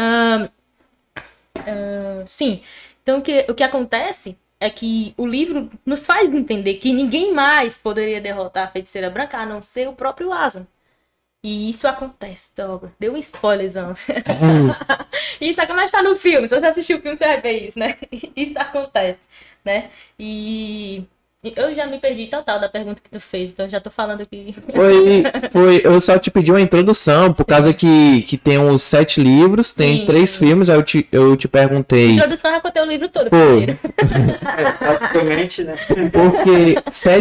sim. Então, o que acontece é que o livro nos faz entender que ninguém mais poderia derrotar a Feiticeira Branca a não ser o próprio Aslan. E isso acontece, dobra. Deu um spoilerzão. Isso aqui, mas tá no filme. Se você assistir o filme, você vai ver isso, né? Isso acontece, né? E eu já me perdi total da pergunta que tu fez, então eu já tô falando aqui. Foi, eu só te pedi uma introdução, por causa que tem uns 7 livros, tem 3 filmes, aí eu te perguntei. Introdução, eu já contei o livro todo. Praticamente, né? Porque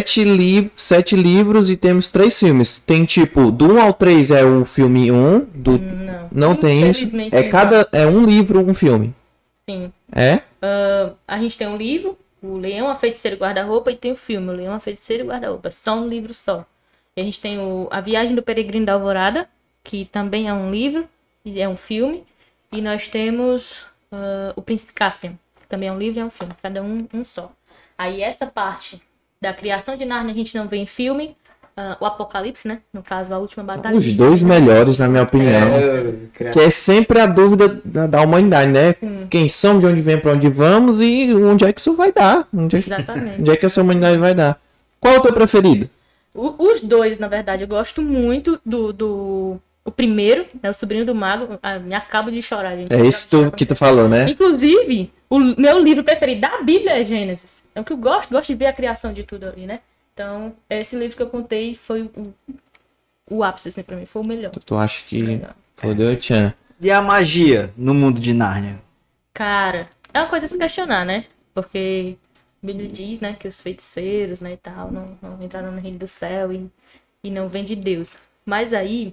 7 livros e temos 3 filmes. Tem tipo, do 1 ao 3 é o filme 1, não tem isso. É um livro, um filme. Sim. É? A gente tem um livro, o Leão, a Feiticeira e o Guarda-Roupa, e tem o filme, o Leão, a Feiticeira e o Guarda-Roupa. Só um livro só. E a gente tem A Viagem do Peregrino da Alvorada, que também é um livro, e é um filme. E nós temos O Príncipe Caspian, que também é um livro e é um filme. Cada um só. Aí essa parte da criação de Nárnia a gente não vê em filme. O Apocalipse, né? No caso, a última batalha. Os dois melhores, na minha opinião. Que é sempre a dúvida da humanidade, né? Sim. Quem somos, de onde vem, para onde vamos e onde é que isso vai dar. Exatamente. Onde é que essa humanidade vai dar. Qual é o teu preferido? Os dois, na verdade. Eu gosto muito o primeiro, né? O Sobrinho do Mago. Me acabo de chorar, gente. É isso que tu falou, né? Inclusive, o meu livro preferido da Bíblia é Gênesis. É o que eu gosto de ver a criação de tudo ali, né? Então, esse livro que eu contei foi o ápice, assim, pra mim. Foi o melhor. Tu acha que fodeu, tchan? E a magia no mundo de Nárnia? Cara, é uma coisa a se questionar, né? Porque a Bíblia diz, né, que os feiticeiros, né, e tal, não entraram no reino do céu e não vêm de Deus. Mas aí,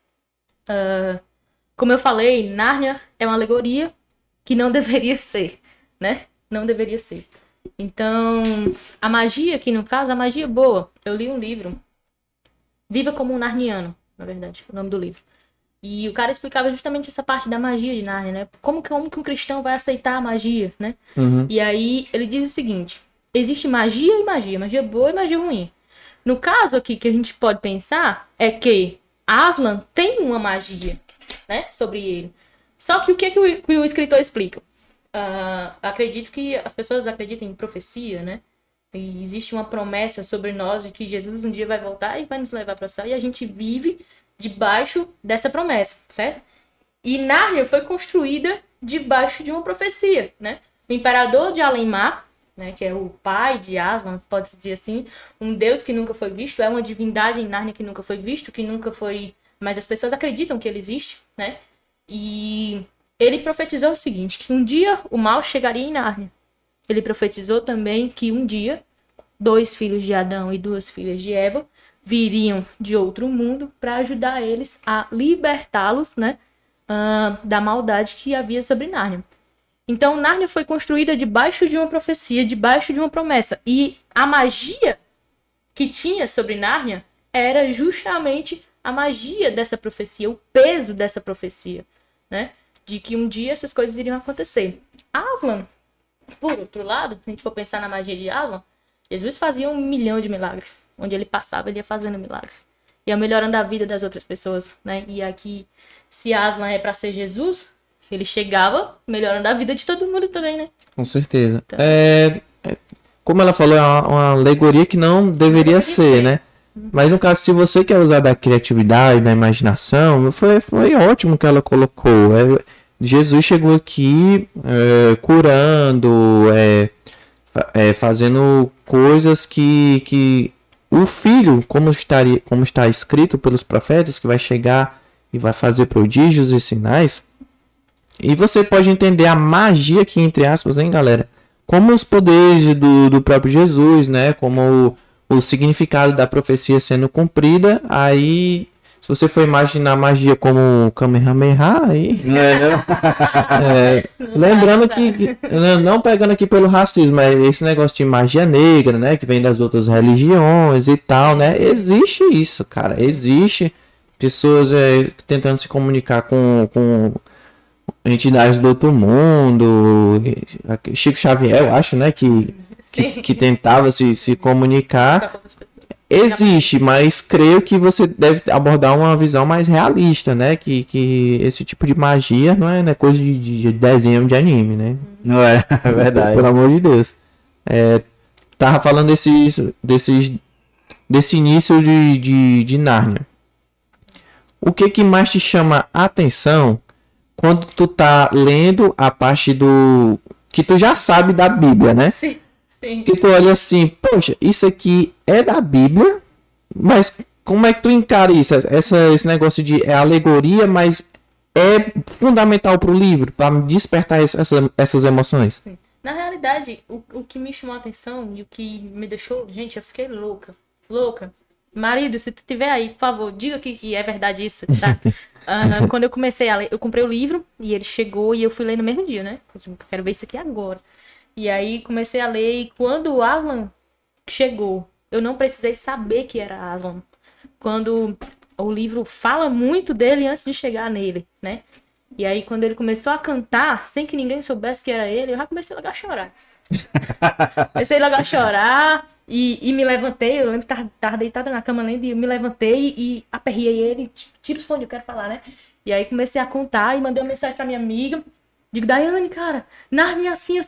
como eu falei, Nárnia é uma alegoria que não deveria ser, né? Não deveria ser. Então, a magia aqui, no caso, a magia boa. Eu li um livro, Viva como um Narniano, na verdade, o nome do livro. E o cara explicava justamente essa parte da magia de Nárnia, né? Como que um cristão vai aceitar a magia, né? Uhum. E aí, ele diz o seguinte, existe magia e magia boa e magia ruim. No caso aqui, que a gente pode pensar, é que Aslan tem uma magia, né? Sobre ele. Só que o que o escritor explica? Acredito que as pessoas acreditam em profecia, né? E existe uma promessa sobre nós de que Jesus um dia vai voltar e vai nos levar para o céu. E a gente vive debaixo dessa promessa, certo? E Nárnia foi construída debaixo de uma profecia, né? O imperador de Alenmar, né, que é o pai de Aslan, pode-se dizer assim, um deus que nunca foi visto, é uma divindade em Nárnia que nunca foi visto, que nunca foi... Mas as pessoas acreditam que ele existe, né? E... ele profetizou o seguinte, que um dia o mal chegaria em Nárnia. Ele profetizou também que um dia 2 filhos de Adão e 2 filhas de Eva viriam de outro mundo para ajudar eles a libertá-los, né, da maldade que havia sobre Nárnia. Então, Nárnia foi construída debaixo de uma profecia, debaixo de uma promessa. E a magia que tinha sobre Nárnia era justamente a magia dessa profecia, o peso dessa profecia, né? De que um dia essas coisas iriam acontecer. Aslan, por outro lado, se a gente for pensar na magia de Aslan, Jesus fazia 1 milhão de milagres. Onde ele passava, ele ia fazendo milagres. Ia melhorando a vida das outras pessoas, né? E aqui, se Aslan é para ser Jesus, ele chegava melhorando a vida de todo mundo também, né? Com certeza. Então... como ela falou, é uma alegoria que não deveria ser, né? Mas no caso, se você quer usar da criatividade, da imaginação, foi ótimo que ela colocou. Jesus chegou aqui curando, fazendo coisas que o Filho, como está escrito pelos profetas, que vai chegar e vai fazer prodígios e sinais. E você pode entender a magia aqui, entre aspas, hein, galera? Como os poderes do próprio Jesus, né? Como o significado da profecia sendo cumprida. Aí, se você for imaginar a magia como Kamehameha, aí... lembrando que, não pegando aqui pelo racismo, mas esse negócio de magia negra, né? Que vem das outras religiões e tal, né? Existe isso, cara. Existe pessoas tentando se comunicar com entidades do outro mundo. Chico Xavier, eu acho, né? Que tentava se comunicar. Existe, mas creio que você deve abordar uma visão mais realista, né? Que esse tipo de magia não é coisa de desenho de anime, né? Não é verdade. Pelo amor de Deus. Tava falando desse início de Nárnia. O que mais te chama a atenção quando tu tá lendo a parte que tu já sabe da Bíblia, né? Sim. Que tu olha assim, poxa, isso aqui é da Bíblia, mas como é que tu encara isso? Esse negócio de alegoria, mas é fundamental pro livro, para despertar essas emoções? Sim. Na realidade, o que me chamou a atenção e o que me deixou... Gente, eu fiquei louca. Marido, se tu tiver aí, por favor, diga que é verdade isso, tá? Quando eu comecei a ler, eu comprei o livro e ele chegou e eu fui ler no mesmo dia, né? Eu quero ver isso aqui agora. E aí comecei a ler e quando o Aslan chegou, eu não precisei saber que era Aslan. Quando o livro fala muito dele antes de chegar nele, né? E aí quando ele começou a cantar, sem que ninguém soubesse que era ele, eu já comecei a chorar. E me levantei, eu lembro que tava deitada na cama lendo e eu me levantei e aperriei ele, tira o som, eu quero falar, né? E aí comecei a contar e mandei uma mensagem pra minha amiga. Digo, Daiane, cara, Nárnia assim,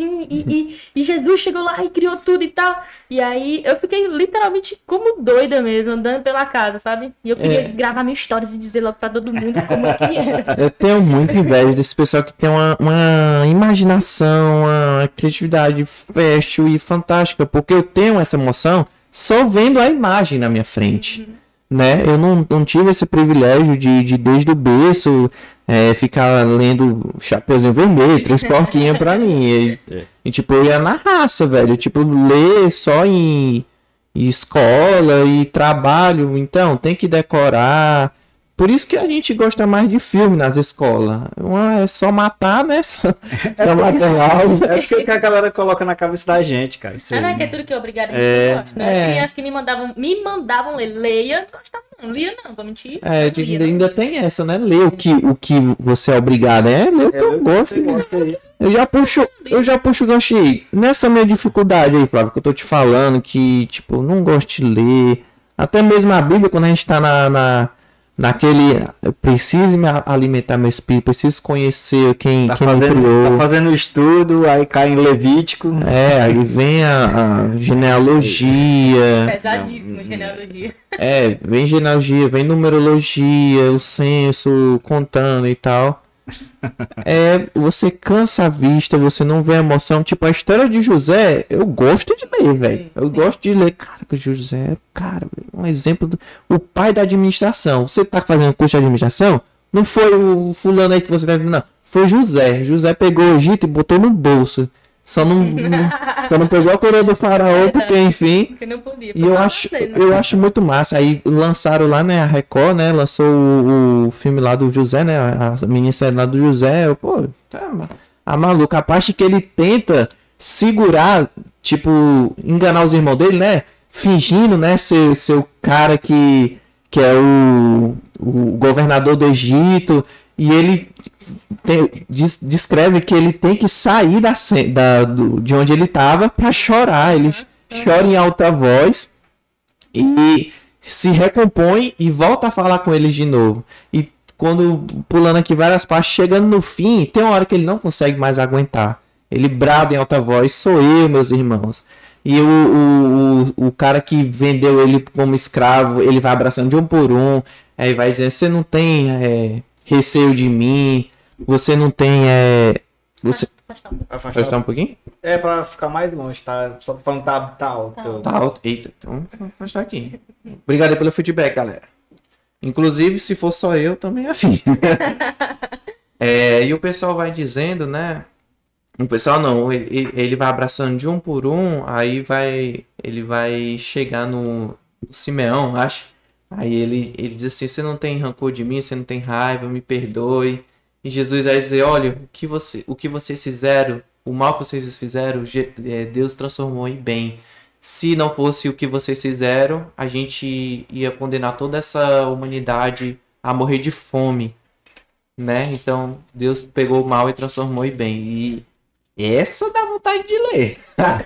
e Jesus chegou lá e criou tudo e tal. E aí eu fiquei literalmente como doida mesmo, andando pela casa, sabe? E eu queria gravar minhas histórias e dizer logo pra todo mundo como é que era. Eu tenho muita inveja desse pessoal que tem uma imaginação, uma criatividade fértil e fantástica, porque eu tenho essa emoção só vendo a imagem na minha frente. Né? Eu não tive esse privilégio de desde o berço ficar lendo Chapeuzinho Vermelho, Três Porquinhos pra mim. E tipo, eu ia na raça, velho. Tipo, ler só em escola e trabalho. Então, tem que decorar. Por isso que a gente gosta mais de filme nas escolas. É só matar, né? Só matar algo. É porque a galera coloca na cabeça da gente, cara. Não é que é tudo que é obrigado a gente gosta, né? As crianças que me mandavam ler, leia, gostava não, lia não, vou mentir. Ainda tem essa, né? Ler o que você é obrigado, ler o que eu gosto. Eu já puxo o gancho aí. Nessa minha dificuldade aí, Flávio, que eu tô te falando, que, tipo, não gosto de ler. Até mesmo a Bíblia, quando a gente tá naquele, eu preciso me alimentar meu espírito, preciso conhecer quem me criou. Tá fazendo estudo, aí cai em Levítico. Aí vem a genealogia. Pesadíssimo, genealogia. Vem genealogia, vem numerologia, o censo, contando e tal. Você cansa a vista, você não vê a emoção. Tipo, a história de José, eu gosto de ler, velho. Eu gosto de ler. Cara, que José, cara, um exemplo o pai da administração. Você tá fazendo curso de administração? Não foi o fulano aí que você tá vendo, não. Foi José. José pegou o Egito e botou no bolso. Só não pegou a coroa do faraó, porque enfim. Que não podia, e eu acho muito massa. Aí lançaram lá, né, a Record, né, lançou o filme lá do José, né, a minissérie lá do José. Pô, tá maluco. A parte que ele tenta segurar, tipo, enganar os irmãos dele, né, fingindo, né, ser o cara que que é o governador do Egito, e ele descreve que ele tem que sair de onde ele estava para chorar. Ele chora em alta voz e se recompõe e volta a falar com eles de novo. E quando, pulando aqui várias partes, chegando no fim, tem uma hora que ele não consegue mais aguentar. Ele brada em alta voz: sou eu, meus irmãos. E o cara que vendeu ele como escravo, ele vai abraçando de um por um, aí vai dizendo: você não tem receio de mim, você não tem... Você... Afastar um pouquinho? É, pra ficar mais longe, tá? Só tô falando que tá alto. Tá alto. Eita, então vou afastar aqui. Obrigado aí pelo feedback, galera. Inclusive, se for só eu, também é assim. E o pessoal vai dizendo, né? O pessoal não, ele vai abraçando de um por um, aí ele vai chegar no Simeão, acho. Aí ele diz assim: você não tem rancor de mim, você não tem raiva, me perdoe. E Jesus vai dizer: olha, o que vocês fizeram, o mal que vocês fizeram, Deus transformou em bem. Se não fosse o que vocês fizeram, a gente ia condenar toda essa humanidade a morrer de fome, né? Então Deus pegou o mal e transformou em bem. E essa dá vontade de ler.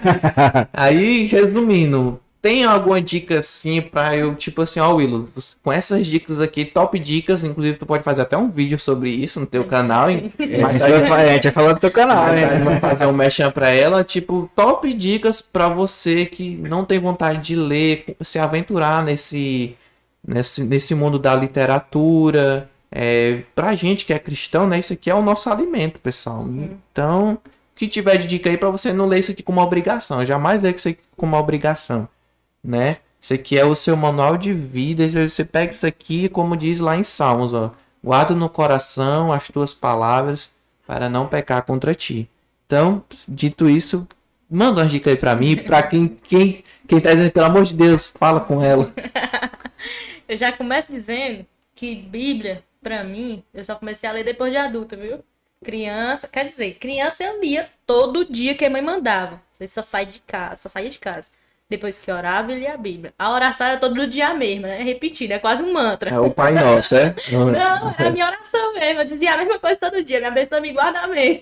Aí, resumindo, tem alguma dica assim pra eu, tipo assim, ó, Willow, com essas dicas aqui, top dicas, inclusive tu pode fazer até um vídeo sobre isso no teu canal, hein? A gente vai falar do teu canal, hein? Vai fazer um merchan pra ela, tipo, top dicas pra você que não tem vontade de ler, se aventurar nesse mundo da literatura. Pra gente que é cristão, né? Isso aqui é o nosso alimento, pessoal. Então, o que tiver de dica aí pra você não ler isso aqui como uma obrigação. Eu jamais ler isso aqui como uma obrigação, né? Isso aqui é o seu manual de vida. Você pega isso aqui, como diz lá em Salmos, ó: guarda no coração as tuas palavras para não pecar contra ti. Então, dito isso, manda uma dica aí pra mim, pra quem tá dizendo: pelo amor de Deus, fala com ela. Eu já começo dizendo que Bíblia, pra mim, eu só comecei a ler depois de adulta, viu? Criança eu lia todo dia que a mãe mandava. Você só saía de casa. Depois que orava, eu lia a Bíblia. A oração era todo dia a mesma, né? Repetida, é quase um mantra. É o Pai Nosso, é? Não, é a minha oração mesmo. Eu dizia a mesma coisa todo dia. Minha bênção me guarda, amém.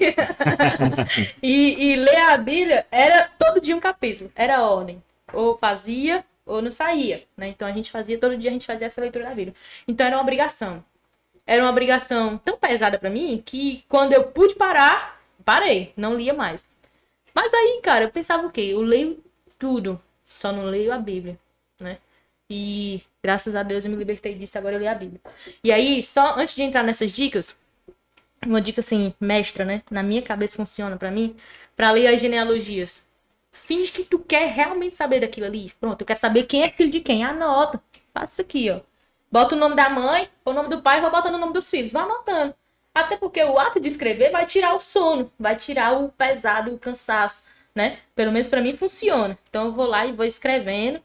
E ler a Bíblia era todo dia um capítulo. Era ordem. Ou fazia, ou não saía, né? Então todo dia a gente fazia essa leitura da Bíblia. Então era uma obrigação. Era uma obrigação tão pesada pra mim que quando eu pude parar, parei. Não lia mais. Mas aí, cara, eu pensava o quê? Eu leio tudo, só não leio a Bíblia, né? E graças a Deus eu me libertei disso, agora eu leio a Bíblia. E aí, só antes de entrar nessas dicas, uma dica assim, mestra, né? Na minha cabeça funciona pra mim, pra ler as genealogias. Finge que tu quer realmente saber daquilo ali. Pronto, eu quero saber quem é filho de quem. Anota. Faça isso aqui, ó. Bota o nome da mãe, o nome do pai, vai botando o nome dos filhos. Vai anotando. Até porque o ato de escrever vai tirar o sono, vai tirar o pesado, o cansaço, né? Pelo menos pra mim funciona. Então eu vou lá e vou escrevendo.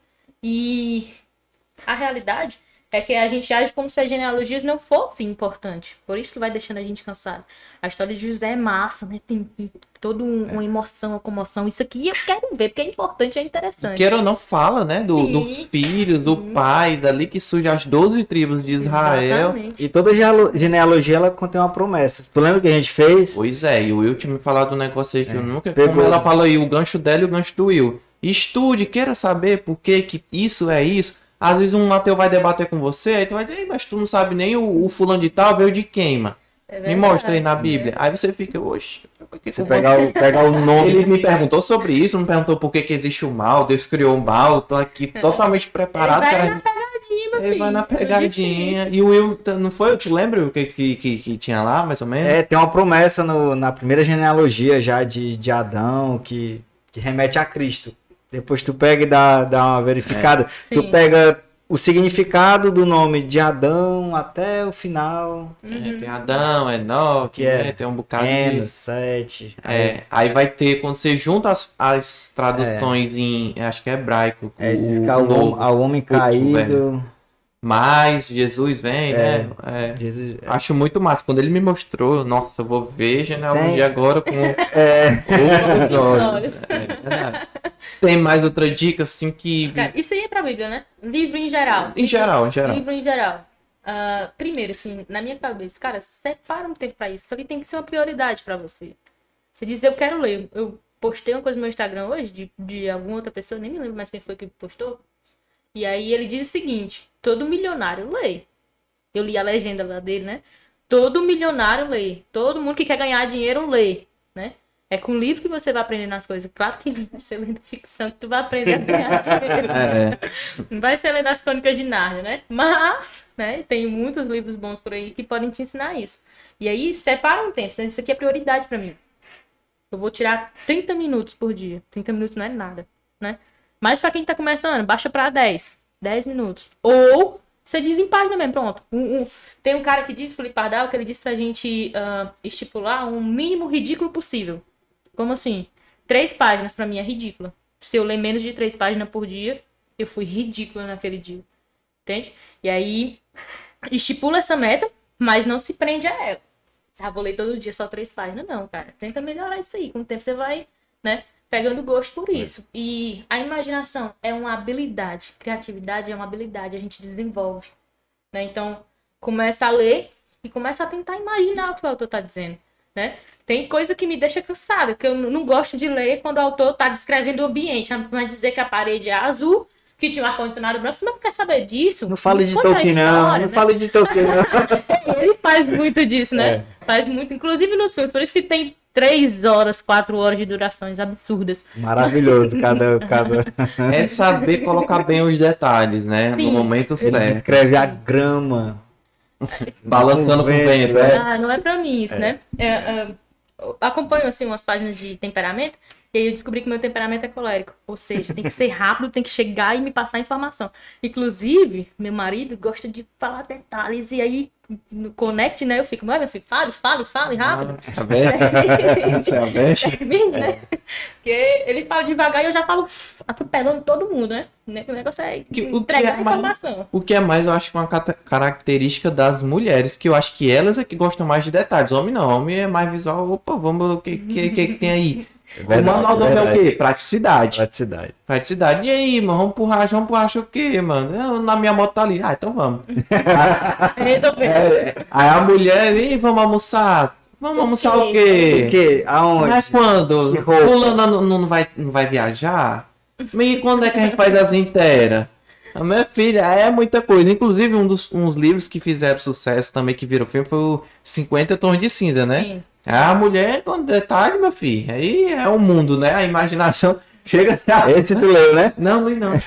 E a realidade é que a gente age como se as genealogias não fossem importantes. Por isso que vai deixando a gente cansado. A história de José é massa, né? Tem toda uma emoção, uma comoção. Isso aqui eu quero ver, porque é importante, é interessante. Queira ou não, fala, né? Dos filhos, do pai, dali que surge as 12 tribos de Israel. Exatamente. E toda genealogia, ela contém uma promessa. Tu lembra que a gente fez? Pois é, e o Will tinha me falado um negócio aí que eu nunca... Como ela falou aí, o gancho dela e o gancho do Will. Estude, queira saber por que isso é isso. Às vezes um ateu vai debater com você, aí tu vai dizer: mas tu não sabe nem o fulano de tal veio de quem, mano? Me mostra aí na Bíblia. Aí você fica: oxe, você pegar o nome. Ele me perguntou sobre isso, me perguntou por que existe o mal, Deus criou o mal, tô aqui totalmente preparado. Ele vai na pegadinha, meu filho. Ele vai na pegadinha. E o Will, não foi? Tu lembra o que tinha lá, mais ou menos? Tem uma promessa na primeira genealogia já de Adão que remete a Cristo. Depois tu pega e dá uma verificada. Tu pega o significado do nome de Adão até o final. Tem Adão, Enoque, tem um bocado de... Sete. Aí vai ter, quando você junta as traduções em, acho que é hebraico. Ao homem caído. Mas Jesus vem, né? Jesus, Acho muito massa. Quando ele me mostrou, nossa, eu vou ver genealogia agora com outros olhos. Verdade. Tem mais outra dica, assim, que... Cara, isso aí é pra Bíblia, né? Livro em geral. Em geral. Livro em geral. Primeiro, assim, na minha cabeça, cara, separa um tempo pra isso. Isso aqui tem que ser uma prioridade pra você. Você diz, eu quero ler. Eu postei uma coisa no meu Instagram hoje, de alguma outra pessoa, nem me lembro mais quem foi que postou. E aí ele diz o seguinte, todo milionário lê. Eu li a legenda lá dele, né? Todo milionário lê. Todo mundo que quer ganhar dinheiro lê, né? É com o livro que você vai aprendendo as coisas. Claro que não vai ser lendo ficção que tu vai aprender a ganhar dinheiro. Não vai ser lendo as Crônicas de Nárnia, né? Mas, né? Tem muitos livros bons por aí que podem te ensinar isso. E aí, separa um tempo. Isso aqui é prioridade pra mim. Eu vou tirar 30 minutos por dia. 30 minutos não é nada, né? Mas pra quem tá começando, baixa pra 10 minutos. Ou você diz em página mesmo, pronto. Tem um cara que diz, Felipe Pardal, que ele diz pra gente estipular um mínimo ridículo possível. Como assim? 3 páginas pra mim é ridícula. Se eu ler menos de 3 páginas por dia, eu fui ridícula naquele dia. Entende? E aí, estipula essa meta, mas não se prende a ela. Vou ler todo dia só 3 páginas. Não, cara. Tenta melhorar isso aí. Com o tempo você vai, né, pegando gosto por isso. E a imaginação é uma habilidade. Criatividade é uma habilidade. A gente desenvolve. Né? Então, começa a ler e começa a tentar imaginar o que o autor está dizendo. Né? Tem coisa que me deixa cansada, que eu não gosto de ler quando o autor está descrevendo o ambiente. Vai dizer que a parede é azul, que tinha um ar-condicionado branco. Você não quer saber disso? Não fale de Tolkien, não. Não fale de Tolkien, não. Ele faz muito disso, né? Faz muito. Inclusive nos filmes. Por isso que tem 3 horas, 4 horas de durações absurdas. Maravilhoso, cada... É saber colocar bem os detalhes, né? Sim. No momento Ele certo. descreve a grama. Balançando com o vento, Não é pra mim isso, né? Eu acompanho, assim, umas páginas de temperamento. E aí eu descobri que meu temperamento é colérico. Ou seja, tem que ser rápido, tem que chegar e me passar informação. Inclusive, meu marido gosta de falar detalhes. E aí, no Connect, né? Eu fico, meu filho, fale rápido. Né? Porque ele fala devagar e eu já falo atropelando todo mundo, né? O negócio é entregar informação. O que é mais, eu acho que é uma característica das mulheres, que eu acho que elas é que gostam mais de detalhes. Homem não, homem é mais visual. Opa, vamos, o que tem aí? O manual do homem é o quê? Praticidade. E aí, mano, vamos pro racha o quê, mano? Na minha moto tá ali. Ah, então vamos. Aí a mulher, e vamos almoçar. Vamos almoçar o quê? O quê? Aonde? Mas quando? Fulana não vai viajar? E quando é que a gente faz as inteiras? A minha filha, é muita coisa. Inclusive, uns livros que fizeram sucesso também, que viram filme, foi o 50 Tons de Cinza, né? Sim. A mulher, com detalhe, meu filho. Aí é o mundo, né? A imaginação chega... Esse tu leu, né? Não, li não.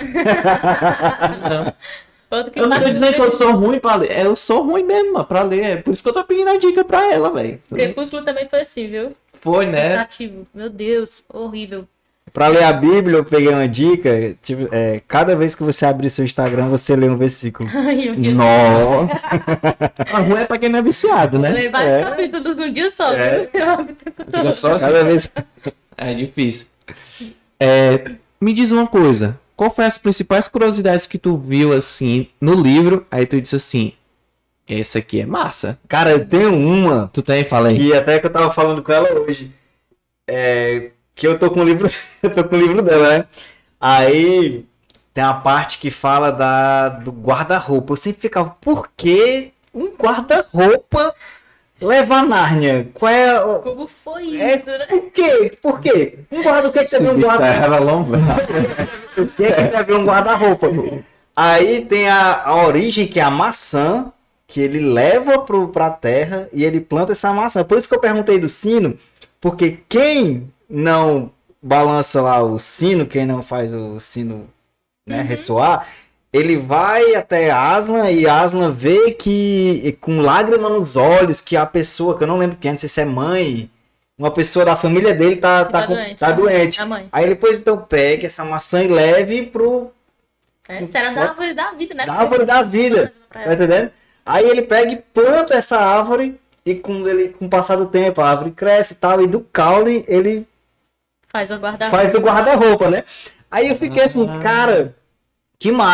Eu não tô dizendo que eu sou ruim pra ler. Eu sou ruim mesmo pra ler. É por isso que eu tô pedindo a dica pra ela, velho. Crepúsculo também foi assim, viu? Foi, né? Tentativo. Meu Deus, horrível. Pra ler a Bíblia, eu peguei uma dica. Tipo, cada vez que você abrir seu Instagram, você lê um versículo. Ai, nossa! A ruim é pra quem não é viciado, né? Ler vários capítulos num dia só, viu? Fica só cada vez. É difícil. Me diz uma coisa. Qual foi as principais curiosidades que tu viu, assim, no livro? Aí tu disse assim, essa aqui é massa. Cara, eu tenho uma. Tu tem? Fala aí. Que até que eu tava falando com ela hoje. Que eu tô com o livro, dela, né? Aí tem a parte que fala do guarda-roupa. Eu sempre ficava, por que um guarda-roupa leva a Nárnia? Como foi isso, né? Por quê? O que tem um guarda-roupa? O que tem a ver um guarda-roupa? Aí tem a origem, que é a maçã, que ele leva pra terra e ele planta essa maçã. Por isso que eu perguntei do sino, porque quem não balança lá o sino, quem não faz o sino, né, ressoar, ele vai até Aslan e Aslan vê que, com lágrima nos olhos, que a pessoa, que eu não lembro quem, não sei se é mãe, uma pessoa da família dele tá doente. A mãe. Aí depois então pega essa maçã e leve pro... Isso era da árvore da vida, né? Da árvore da vida, tá entendendo? Aí ele pega e planta essa árvore e com o passar do tempo a árvore cresce e tal, e do caule ele faz o guarda-roupa. Faz o guarda-roupa, né? Aí eu fiquei assim, cara, que massa.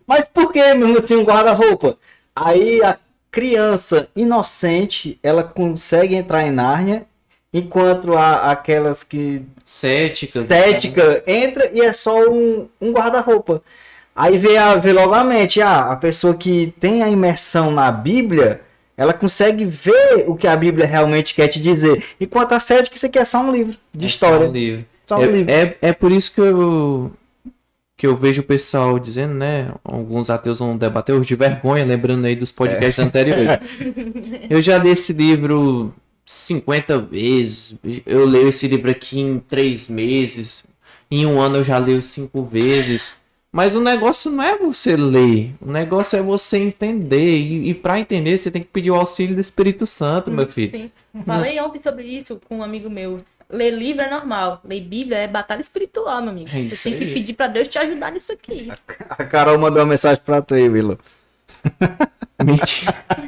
Mas por que mesmo assim um guarda-roupa? Aí a criança inocente, ela consegue entrar em Nárnia, enquanto aquelas que... Cética. entra e é só um guarda-roupa. Aí vê logo a mente, a pessoa que tem a imersão na Bíblia, ela consegue ver o que a Bíblia realmente quer te dizer. Enquanto a cética, isso aqui é só um livro de história. Só um livro. Só um livro. É por isso que eu vejo o pessoal dizendo, né? Alguns ateus vão debater hoje de vergonha, lembrando aí dos podcasts anteriores. Eu já li esse livro 50 vezes. Eu leio esse livro aqui em 3 meses. Em um ano eu já leio 5 vezes. Mas o negócio não é você ler. O negócio é você entender. E para entender, você tem que pedir o auxílio do Espírito Santo, meu filho. Sim. Falei ontem sobre isso com um amigo meu. Ler livro é normal. Ler Bíblia é batalha espiritual, meu amigo. É isso Você tem que aí. pedir pra Deus te ajudar nisso aqui. A Carol mandou uma mensagem pra tu aí, Willow. Mentira.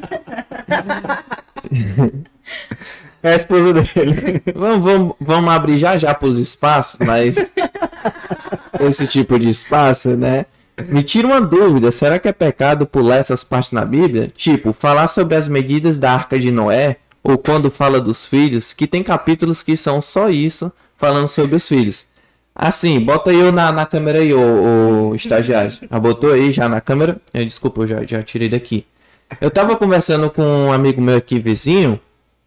É a esposa dele. Vamos abrir já para os espaços, mas esse tipo de espaço, né? Me tira uma dúvida, será que é pecado pular essas partes na Bíblia? Tipo, falar sobre as medidas da Arca de Noé, ou quando fala dos filhos, que tem capítulos que são só isso, falando sobre os filhos. Assim, bota eu na câmera aí, ô estagiário. Já botou aí já na câmera? Desculpa, eu já tirei daqui. Eu tava conversando com um amigo meu aqui, vizinho.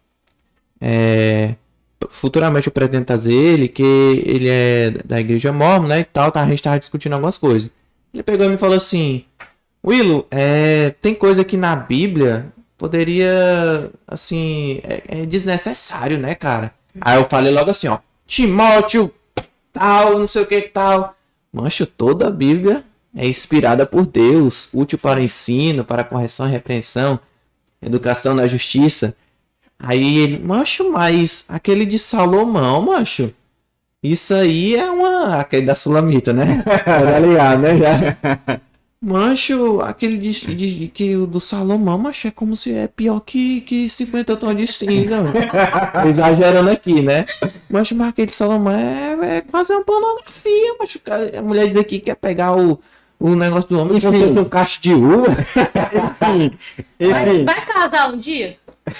Futuramente eu pretendo trazer ele, que ele é da igreja mormon, né, e tal, tá, a gente tava discutindo algumas coisas. Ele pegou e me falou assim, Willow, tem coisa que na Bíblia poderia, assim, é desnecessário, né, cara? Aí eu falei logo assim, ó, Timóteo, tal, não sei o que, tal. Mancho, toda a Bíblia é inspirada por Deus, útil para o ensino, para a correção e repreensão, educação na justiça. Aí ele, mancho, mas aquele de Salomão, mancho, isso aí é aquele da Sulamita, né? Tá ligado, né? Já. Mancho, aquele que o do Salomão, mancho, é como se é pior que 50 tons de cinza. Exagerando aqui, né? Mancho, mas aquele de Salomão é quase uma pornografia, mancho. Cara, a mulher diz aqui que quer pegar o negócio do homem e fazer um cacho de uva. Enfim. Vai casar um dia?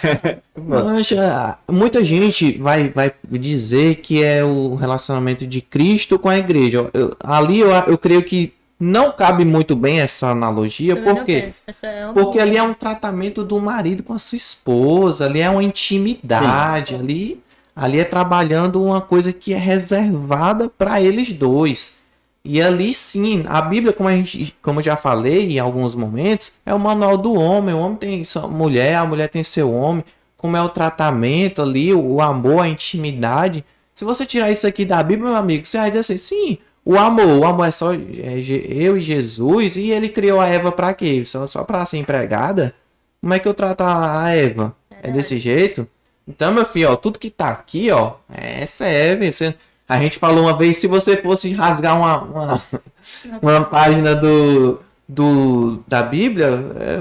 Mancha, muita gente vai dizer que é o relacionamento de Cristo com a igreja. Eu creio que não cabe muito bem essa analogia, por quê? Porque ali é um tratamento do marido com a sua esposa, ali é uma intimidade, ali é trabalhando uma coisa que é reservada para eles dois. E ali sim, a Bíblia, como eu já falei em alguns momentos, é o manual do homem. O homem tem sua mulher, a mulher tem seu homem. Como é o tratamento ali, o amor, a intimidade. Se você tirar isso aqui da Bíblia, meu amigo, você vai dizer assim, sim, o amor é só eu e Jesus, e ele criou a Eva para quê? Só para ser empregada? Como é que eu trato a Eva? É desse jeito? Então, meu filho, ó, tudo que tá aqui, ó, serve. A gente falou uma vez, se você fosse rasgar uma página da Bíblia,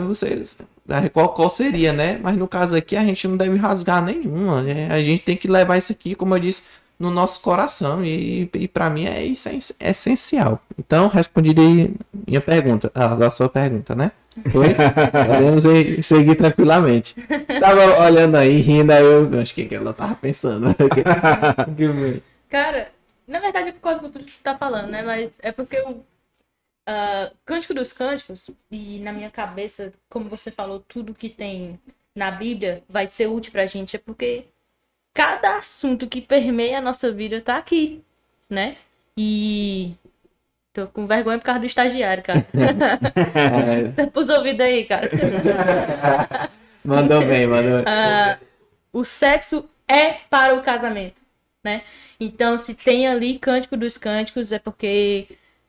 qual seria, né? Mas no caso aqui, a gente não deve rasgar nenhuma. Né? A gente tem que levar isso aqui, como eu disse, no nosso coração. E para mim, isso é essencial. Então, respondi minha pergunta, a sua pergunta, né? Foi? Podemos seguir tranquilamente. Tava olhando aí, rindo, aí eu acho que ela tava pensando. Cara, na verdade é por causa do que tu tá falando, né? Mas é porque o Cântico dos Cânticos, e na minha cabeça, como você falou, tudo que tem na Bíblia vai ser útil pra gente, é porque cada assunto que permeia a nossa vida tá aqui, né? E tô com vergonha por causa do estagiário, cara. Pus ouvido aí, cara. Mandou bem. O sexo é para o casamento, né? Então, se tem ali Cântico dos Cânticos, é porque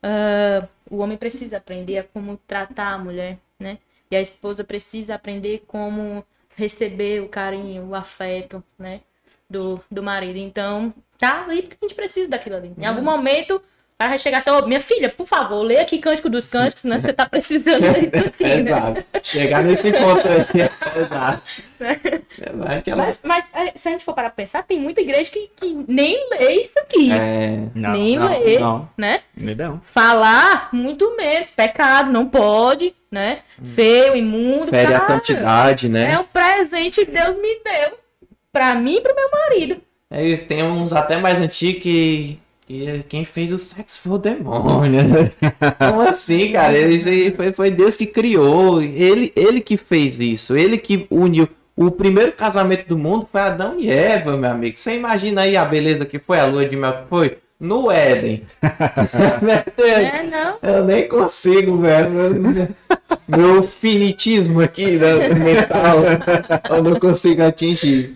o homem precisa aprender a como tratar a mulher, né? E a esposa precisa aprender como receber o carinho, o afeto, né? Do marido. Então, tá ali porque a gente precisa daquilo ali. Em algum momento, cara vai chegar assim, ô, minha filha, por favor, lê aqui Cântico dos Cânticos, né? Você tá precisando disso aqui, né? Exato. Chegar nesse ponto aí. Exato. Mas se a gente for parar pra pensar, tem muita igreja que nem lê isso aqui. Nem lê, né? Não. Falar, muito menos. Pecado, não pode, né? Feio, imundo. Fere a santidade, né? É um presente que Deus me deu pra mim e pro meu marido. Tem uns até mais antigos que quem fez o sexo foi o demônio. Como assim, cara? Foi Deus que criou. Ele que fez isso. Ele que uniu. O primeiro casamento do mundo foi Adão e Eva, meu amigo. Você imagina aí a beleza que foi, a lua de mel que foi? No Éden. Não. Eu nem consigo, velho. Meu finitismo aqui, né, mental, eu não consigo atingir.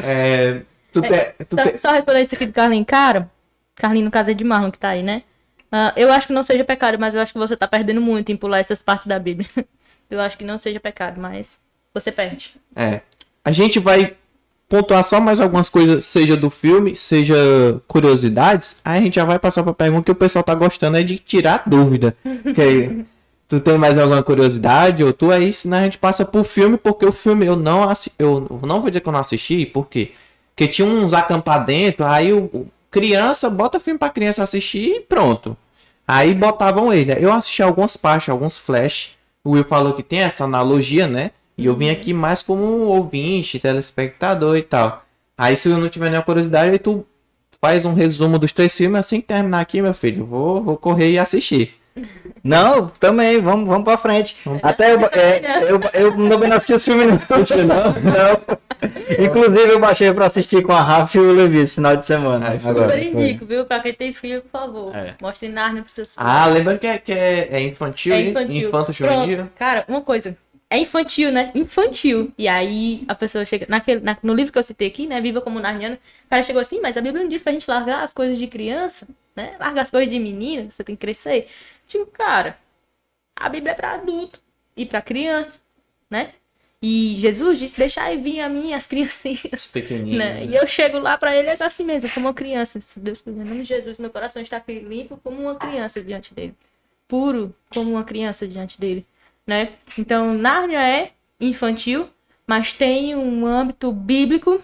Só responder isso aqui do Carlinho. Cara, Carlinho no caso é de Marlon que tá aí, né? Eu acho que não seja pecado, mas eu acho que você tá perdendo muito em pular essas partes da Bíblia. Eu acho que não seja pecado, mas você perde. A gente vai pontuar só mais algumas coisas, seja do filme, seja curiosidades. Aí a gente já vai passar pra pergunta que o pessoal tá gostando de tirar dúvida. Tu tem mais alguma curiosidade ou tu aí, senão a gente passa pro filme, porque o filme eu não vou dizer que eu não assisti, por quê? Porque tinha uns acampar dentro, aí criança, bota filme pra criança assistir e pronto. Aí botavam ele. Eu assisti algumas partes, alguns flash. O Will falou que tem essa analogia, né? E eu vim aqui mais como um ouvinte, telespectador e tal. Aí se eu não tiver nenhuma curiosidade, aí tu faz um resumo dos 3 filmes. Assim que terminar aqui, meu filho, vou correr e assistir. Não, também, vamos pra frente. Até eu não assisti os filmes, não. Inclusive eu baixei pra assistir com a Rafa e o Levi esse final de semana. Super indico, viu? Pra quem tem filho, por favor. Mostre Nárnia pros seus filhos. Lembrando que é infantil, infanto juvenil. Cara, uma coisa. É infantil, né? Infantil. E aí a pessoa chega... No livro que eu citei aqui, né? Viva como Narniano. O cara chegou assim, mas a Bíblia não diz pra gente largar as coisas de criança, né? Largar as coisas de menina, você tem que crescer. Tipo, cara, a Bíblia é pra adulto e pra criança, né? E Jesus disse, deixai vir a mim as criancinhas. Pequenininhas. Né? E eu chego lá pra ele assim mesmo, como uma criança. Se Deus quiser, em nome de Jesus, meu coração está aqui limpo como uma criança diante dele. Puro como uma criança diante dele. Né? Então, Nárnia é infantil, mas tem um âmbito bíblico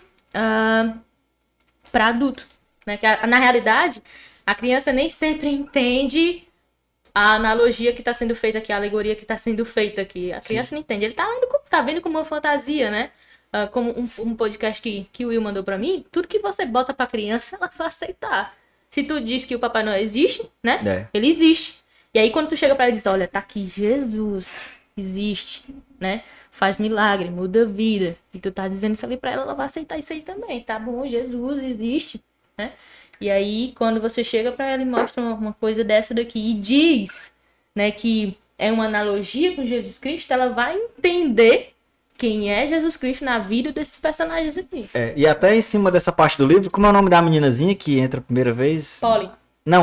para adulto. Né? Que na realidade, a criança nem sempre entende a analogia que está sendo feita aqui, a alegoria que está sendo feita aqui. A criança não entende. Ele tá vendo como uma fantasia, né? Como um podcast que o Will mandou para mim. Tudo que você bota para criança, ela vai aceitar. Se tu diz que o Papai Noel existe, né? Ele existe. E aí quando tu chega pra ela e diz, olha, tá aqui Jesus, existe, né? Faz milagre, muda a vida. E tu tá dizendo isso ali pra ela, ela vai aceitar isso aí também. Tá bom, Jesus existe, né? E aí quando você chega pra ela e mostra uma coisa dessa daqui e diz, né, que é uma analogia com Jesus Cristo, ela vai entender quem é Jesus Cristo na vida desses personagens aqui. E até em cima dessa parte do livro, como é o nome da meninazinha que entra a primeira vez? Polly. Não,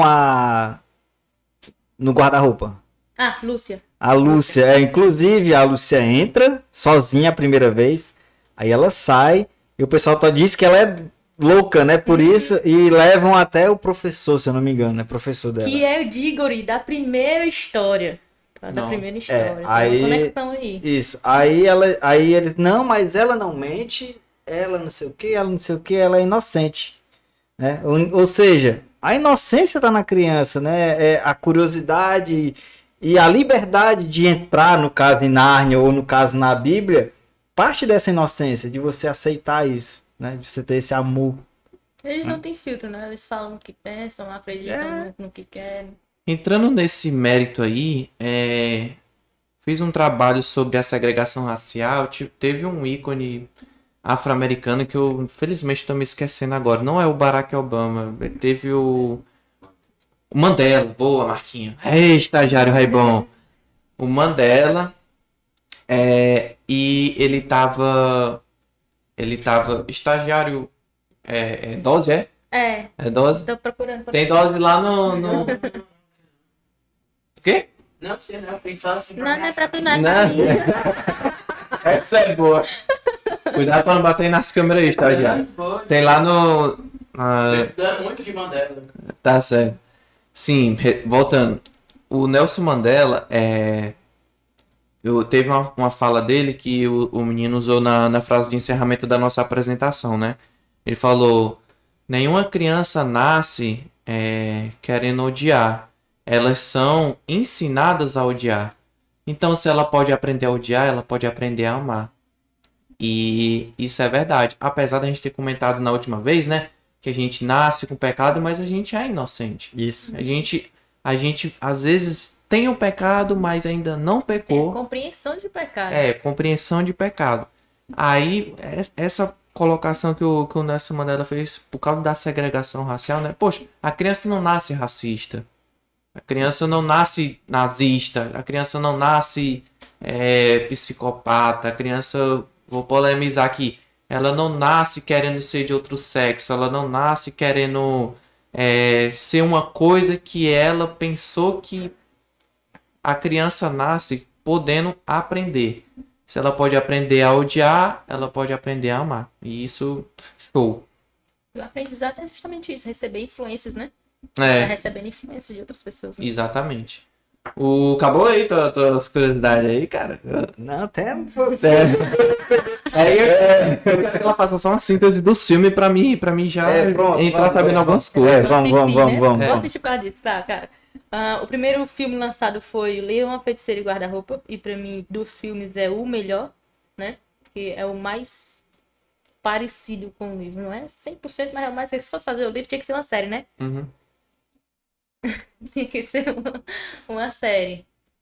no guarda-roupa. Lúcia. A Lúcia. Inclusive, a Lúcia entra sozinha a primeira vez. Aí ela sai. E o pessoal diz que ela é louca, né? Por isso. E levam até o professor, se eu não me engano, né? Professor dela. Que é o Diggory da primeira história. Da primeira história. Aí, uma conexão aí. Isso. Aí eles... Não, mas ela não mente. Ela não sei o que. Ela não sei o que. Ela é inocente. Né? Ou seja... A inocência tá na criança, né? A curiosidade e a liberdade de entrar, no caso em Nárnia ou no caso na Bíblia, parte dessa inocência, de você aceitar isso, né? De você ter esse amor. Eles não têm filtro, né? Eles falam o que pensam, acreditam no que querem. Entrando nesse mérito aí, fiz um trabalho sobre a segregação racial. Teve um ícone afro-americano que eu, infelizmente, estou me esquecendo agora. Não é o Barack Obama. Teve o Mandela. Boa, Marquinho. Estagiário Raibon. O Mandela. E ele tava... Estagiário... dose, é? É dose? Tô procurando. Tem dose lá no... O quê? Não, você não. Foi só assim. Não é pra tu, não é pra mim. Essa é boa. Cuidado pra não bater nas câmeras aí, estagiário. Tem lá no... Dando muito de Mandela. Tá certo. Sim, voltando. O Nelson Mandela, teve uma fala dele que o menino usou na frase de encerramento da nossa apresentação, né? Ele falou: nenhuma criança nasce querendo odiar. Elas são ensinadas a odiar. Então, se ela pode aprender a odiar, ela pode aprender a amar. E isso é verdade. Apesar da gente ter comentado na última vez, né? Que a gente nasce com pecado, mas a gente é inocente. Isso. A gente às vezes tem o pecado, mas ainda não pecou. Compreensão de pecado. Compreensão de pecado. Aí, essa colocação que o Nelson Mandela fez por causa da segregação racial, né? Poxa, a criança não nasce racista. A criança não nasce nazista. A criança não nasce psicopata. A criança, vou polemizar aqui, ela não nasce querendo ser de outro sexo. Ela não nasce querendo ser uma coisa que ela pensou que a criança nasce podendo aprender. Se ela pode aprender a odiar, ela pode aprender a amar. E isso, show. E o aprendizado é justamente isso, receber influências, né? Recebendo influências de outras pessoas. Né? Exatamente. Acabou aí tuas curiosidades aí, cara? Não, até... Eu quero que ela faça só uma síntese do filme pra mim já entrar sabendo algumas coisas. Vamos. Vou assistir por causa disso, tá, cara? O primeiro filme lançado foi Leão, a Feiticeira e Guarda-Roupa. E pra mim, dos filmes, é o melhor, né? Porque é o mais parecido com o livro. Não é 100%, mas é o mais... Se fosse fazer o livro, tinha que ser uma série, né? Uhum. Tinha que ser uma série.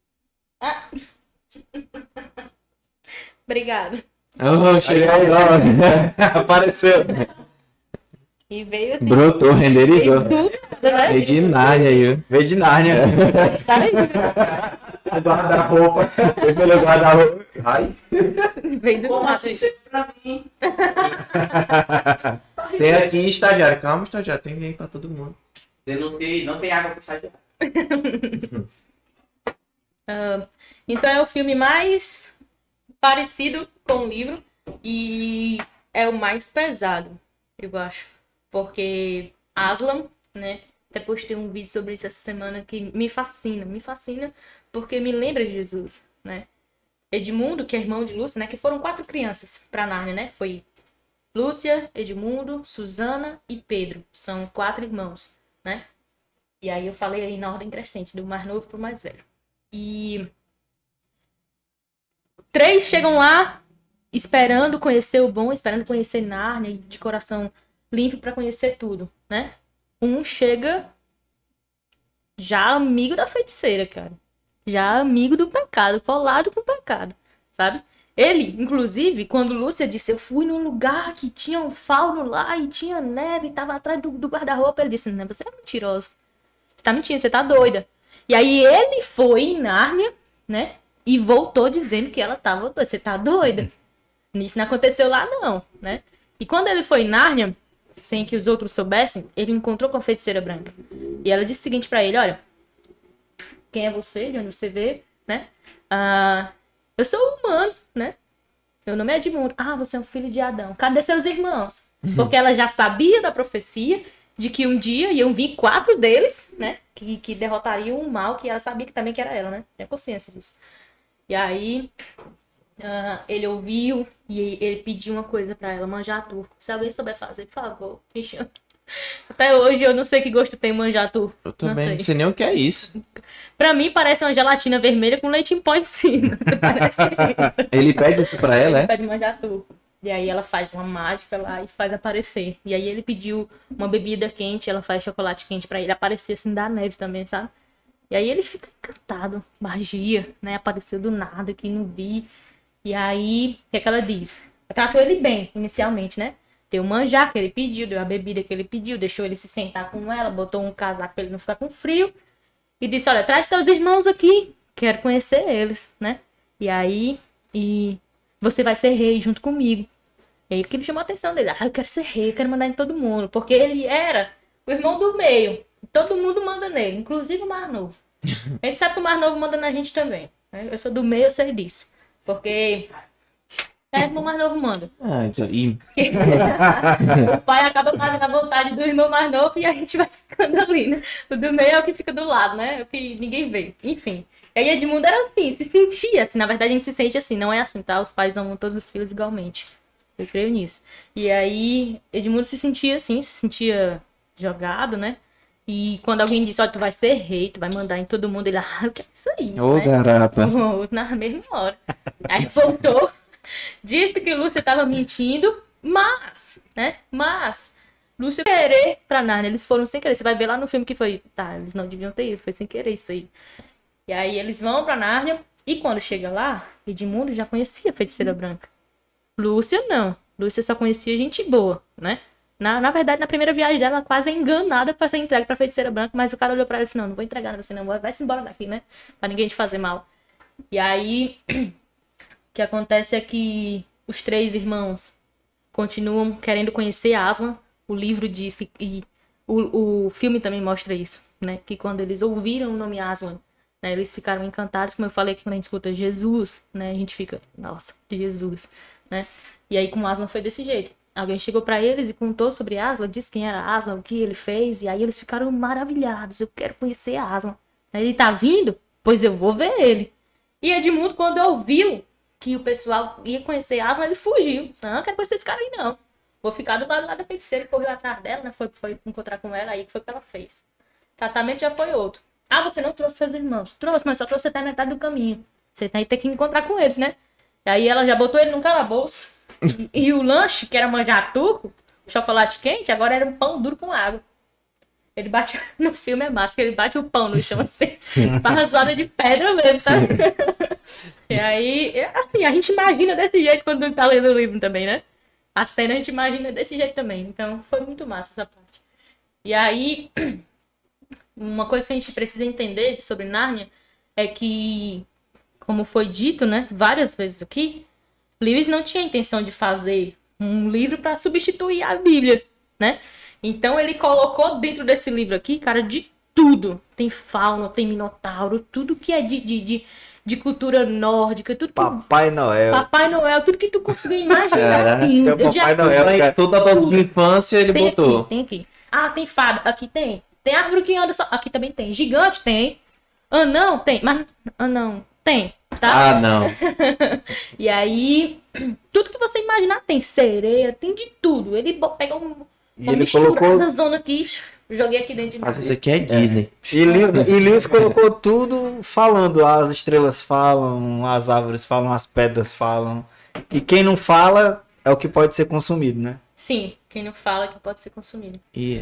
Obrigada. Cheguei aí, apareceu. E veio assim. Brotou, renderizou. Veio de Nárnia aí. Veio de Nárnia. Tá aí. Guarda-roupa. Foi pelo guarda-roupa. Ai. Veio do nada. Pra mim. Tem aqui estagiário. Calma, estagiário. Tem aí pra todo mundo. Denunciei, não tem água pro estagiário. Então é o filme mais parecido com o livro e é o mais pesado, eu acho. Porque Aslan, né? Até postei um vídeo sobre isso essa semana que me fascina porque me lembra de Jesus, né? Edmundo, que é irmão de Lúcia, né? Que foram 4 crianças pra Nárnia, né? Foi Lúcia, Edmundo, Susana e Pedro. São 4 irmãos, né? E aí eu falei aí na ordem crescente, do mais novo pro mais velho. E 3 chegam lá esperando conhecer o bom, esperando conhecer Nárnia, de coração limpo pra conhecer tudo, né? Um chega já amigo da feiticeira, cara. Já amigo do pecado, colado com o pecado, sabe? Ele, inclusive, quando Lúcia disse, eu fui num lugar que tinha um fauno lá e tinha neve e tava atrás do guarda-roupa, ele disse, não, você é mentirosa. Você tá mentindo, você tá doida. E aí ele foi em Nárnia, né? E voltou dizendo que ela tava doida. Você tá doida? Isso não aconteceu lá, não, né? E quando ele foi em Nárnia, sem que os outros soubessem, ele encontrou com a feiticeira branca. E ela disse o seguinte pra ele, olha, quem é você? De onde você veio, né? Eu sou humano, né? Meu nome é Edmundo. Você é um filho de Adão. Cadê seus irmãos? Porque ela já sabia da profecia de que um dia iam vir 4 deles, né? Que derrotariam o mal, que ela sabia que também que era ela, né? Tem consciência disso. E aí, ele ouviu e ele pediu uma coisa pra ela, manjar turco. Se alguém souber fazer, por favor, me chama. Até hoje eu não sei que gosto tem manjar turco. Eu também não sei nem o que é isso. Pra mim parece uma gelatina vermelha com leite em pó em cima. Parece isso. Ele pede isso pra ela, Ele pede manjar turco. E aí ela faz uma mágica lá e faz aparecer. E aí ele pediu uma bebida quente, ela faz chocolate quente pra ele aparecer assim da neve também, sabe? E aí ele fica encantado. Magia, né? Apareceu do nada, que não vi. E aí, o que é que ela diz? Tratou ele bem, inicialmente, né? Deu o manjar que ele pediu, deu a bebida que ele pediu, deixou ele se sentar com ela, botou um casaco pra ele não ficar com frio. E disse, olha, traz teus irmãos aqui, quero conhecer eles, né? E aí, você vai ser rei junto comigo. E aí que ele chamou a atenção dele. Eu quero ser rei, eu quero mandar em todo mundo. Porque ele era o irmão do meio. Todo mundo manda nele, inclusive o mais novo. A gente sabe que o mais novo manda na gente também. Né? Eu sou do meio, eu sei disso. Porque o irmão mais novo manda. Então, O pai acaba fazendo a vontade do irmão mais novo e a gente vai ficando ali, né? O do meio é o que fica do lado, né? É o que ninguém vê. Enfim. E aí Edmundo era assim, se sentia assim. Na verdade, a gente se sente assim, não é assim, tá? Os pais amam todos os filhos igualmente. Eu creio nisso. E aí, Edmundo se sentia assim, se sentia jogado, né? E quando alguém disse, olha, tu vai ser rei, tu vai mandar em todo mundo, ele, o que é isso aí? Ô, né? garapa. Na mesma hora. Aí voltou, disse que Lúcia tava mentindo, mas, Lúcia querer pra Nárnia, eles foram sem querer. Você vai ver lá no filme que foi, tá, eles não deviam ter ido, foi sem querer isso aí. E aí eles vão pra Nárnia, e quando chega lá, Edmundo já conhecia a Feiticeira Branca. Lúcia não. Lúcia só conhecia gente boa, né? Na verdade, na primeira viagem dela, ela quase é enganada pra ser entregue pra Feiticeira Branca, mas o cara olhou pra ela e disse, não vou entregar você não, vai-se embora daqui, né? Pra ninguém te fazer mal. E aí, o que acontece é que os 3 irmãos continuam querendo conhecer Aslan. O livro diz que, e o filme também mostra isso, né? Que quando eles ouviram o nome Aslan, né, eles ficaram encantados, como eu falei, que quando a gente escuta Jesus, né, a gente fica, nossa, Jesus, né? E aí com Aslan foi desse jeito. Alguém chegou pra eles e contou sobre Aslan, disse quem era Aslan, o que ele fez, e aí eles ficaram maravilhados. Eu quero conhecer Aslan. Ele tá vindo? Pois eu vou ver ele. E Edmundo, quando ouviu que o pessoal ia conhecer Aslan, ele fugiu. Não, quero conhecer esse cara aí não. Vou ficar do lado lá da feiticeira, correu atrás dela, né? Foi encontrar com ela, aí que foi o que ela fez. O tratamento já foi outro. Ah, você não trouxe seus irmãos. Trouxe, mas só trouxe até a metade do caminho. Você tem que encontrar com eles, né? E aí ela já botou ele num calabouço. E o lanche, que era manjar turco, chocolate quente, agora era um pão duro com água. Ele bate, no filme é massa, que ele bate o pão no chão assim, parrazoada de pedra mesmo, sabe? E aí, assim, a gente imagina desse jeito quando tá lendo o livro também, né? A cena a gente imagina desse jeito também. Então, foi muito massa essa parte. E aí, uma coisa que a gente precisa entender sobre Nárnia é que, como foi dito, né, várias vezes aqui, Lewis não tinha intenção de fazer um livro para substituir a Bíblia, né? Então ele colocou dentro desse livro aqui, cara, de tudo. Tem fauna, tem minotauro, tudo que é de cultura nórdica, tudo que... Papai Noel. Papai Noel, tudo que tu conseguir imaginar. Assim, Tem o Papai Noel, cara. Toda a dose de infância ele tem botou. Aqui, tem aqui. Ah, tem fada. Aqui tem. Tem árvore que anda só. Aqui também tem. Gigante tem. Anão tem. Mas anão tem. Tá? Ah, não. E aí, tudo que você imaginar tem. Sereia, tem de tudo. Ele pega uma ele colocou zona aqui, joguei aqui dentro de Mas isso aqui é Disney. E Lewis colocou tudo falando. As estrelas falam, as árvores falam, as pedras falam. E quem não fala é o que pode ser consumido, né? Sim, quem não fala que pode ser consumido. E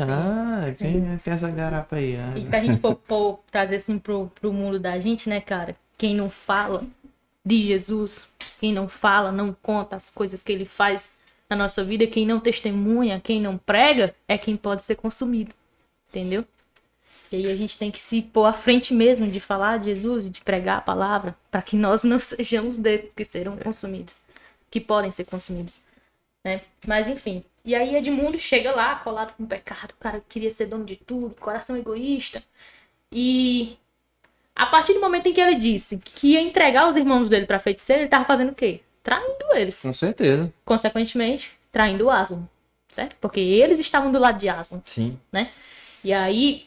tem essa garapa aí. E se a gente for trazer assim pro mundo da gente, né, cara? Quem não fala de Jesus, quem não fala, não conta as coisas que ele faz na nossa vida, quem não testemunha, quem não prega, é quem pode ser consumido. Entendeu? E aí a gente tem que se pôr à frente mesmo de falar de Jesus e de pregar a palavra, para que nós não sejamos desses que serão consumidos, que podem ser consumidos, né? Mas enfim. E aí Edmundo chega lá, colado com o pecado, o cara queria ser dono de tudo, coração egoísta. E a partir do momento em que ele disse que ia entregar os irmãos dele pra feiticeira, ele tava fazendo o quê? Traindo eles. Com certeza. Consequentemente, traindo Aslan, certo? Porque eles estavam do lado de Aslan. Sim. Né? E aí,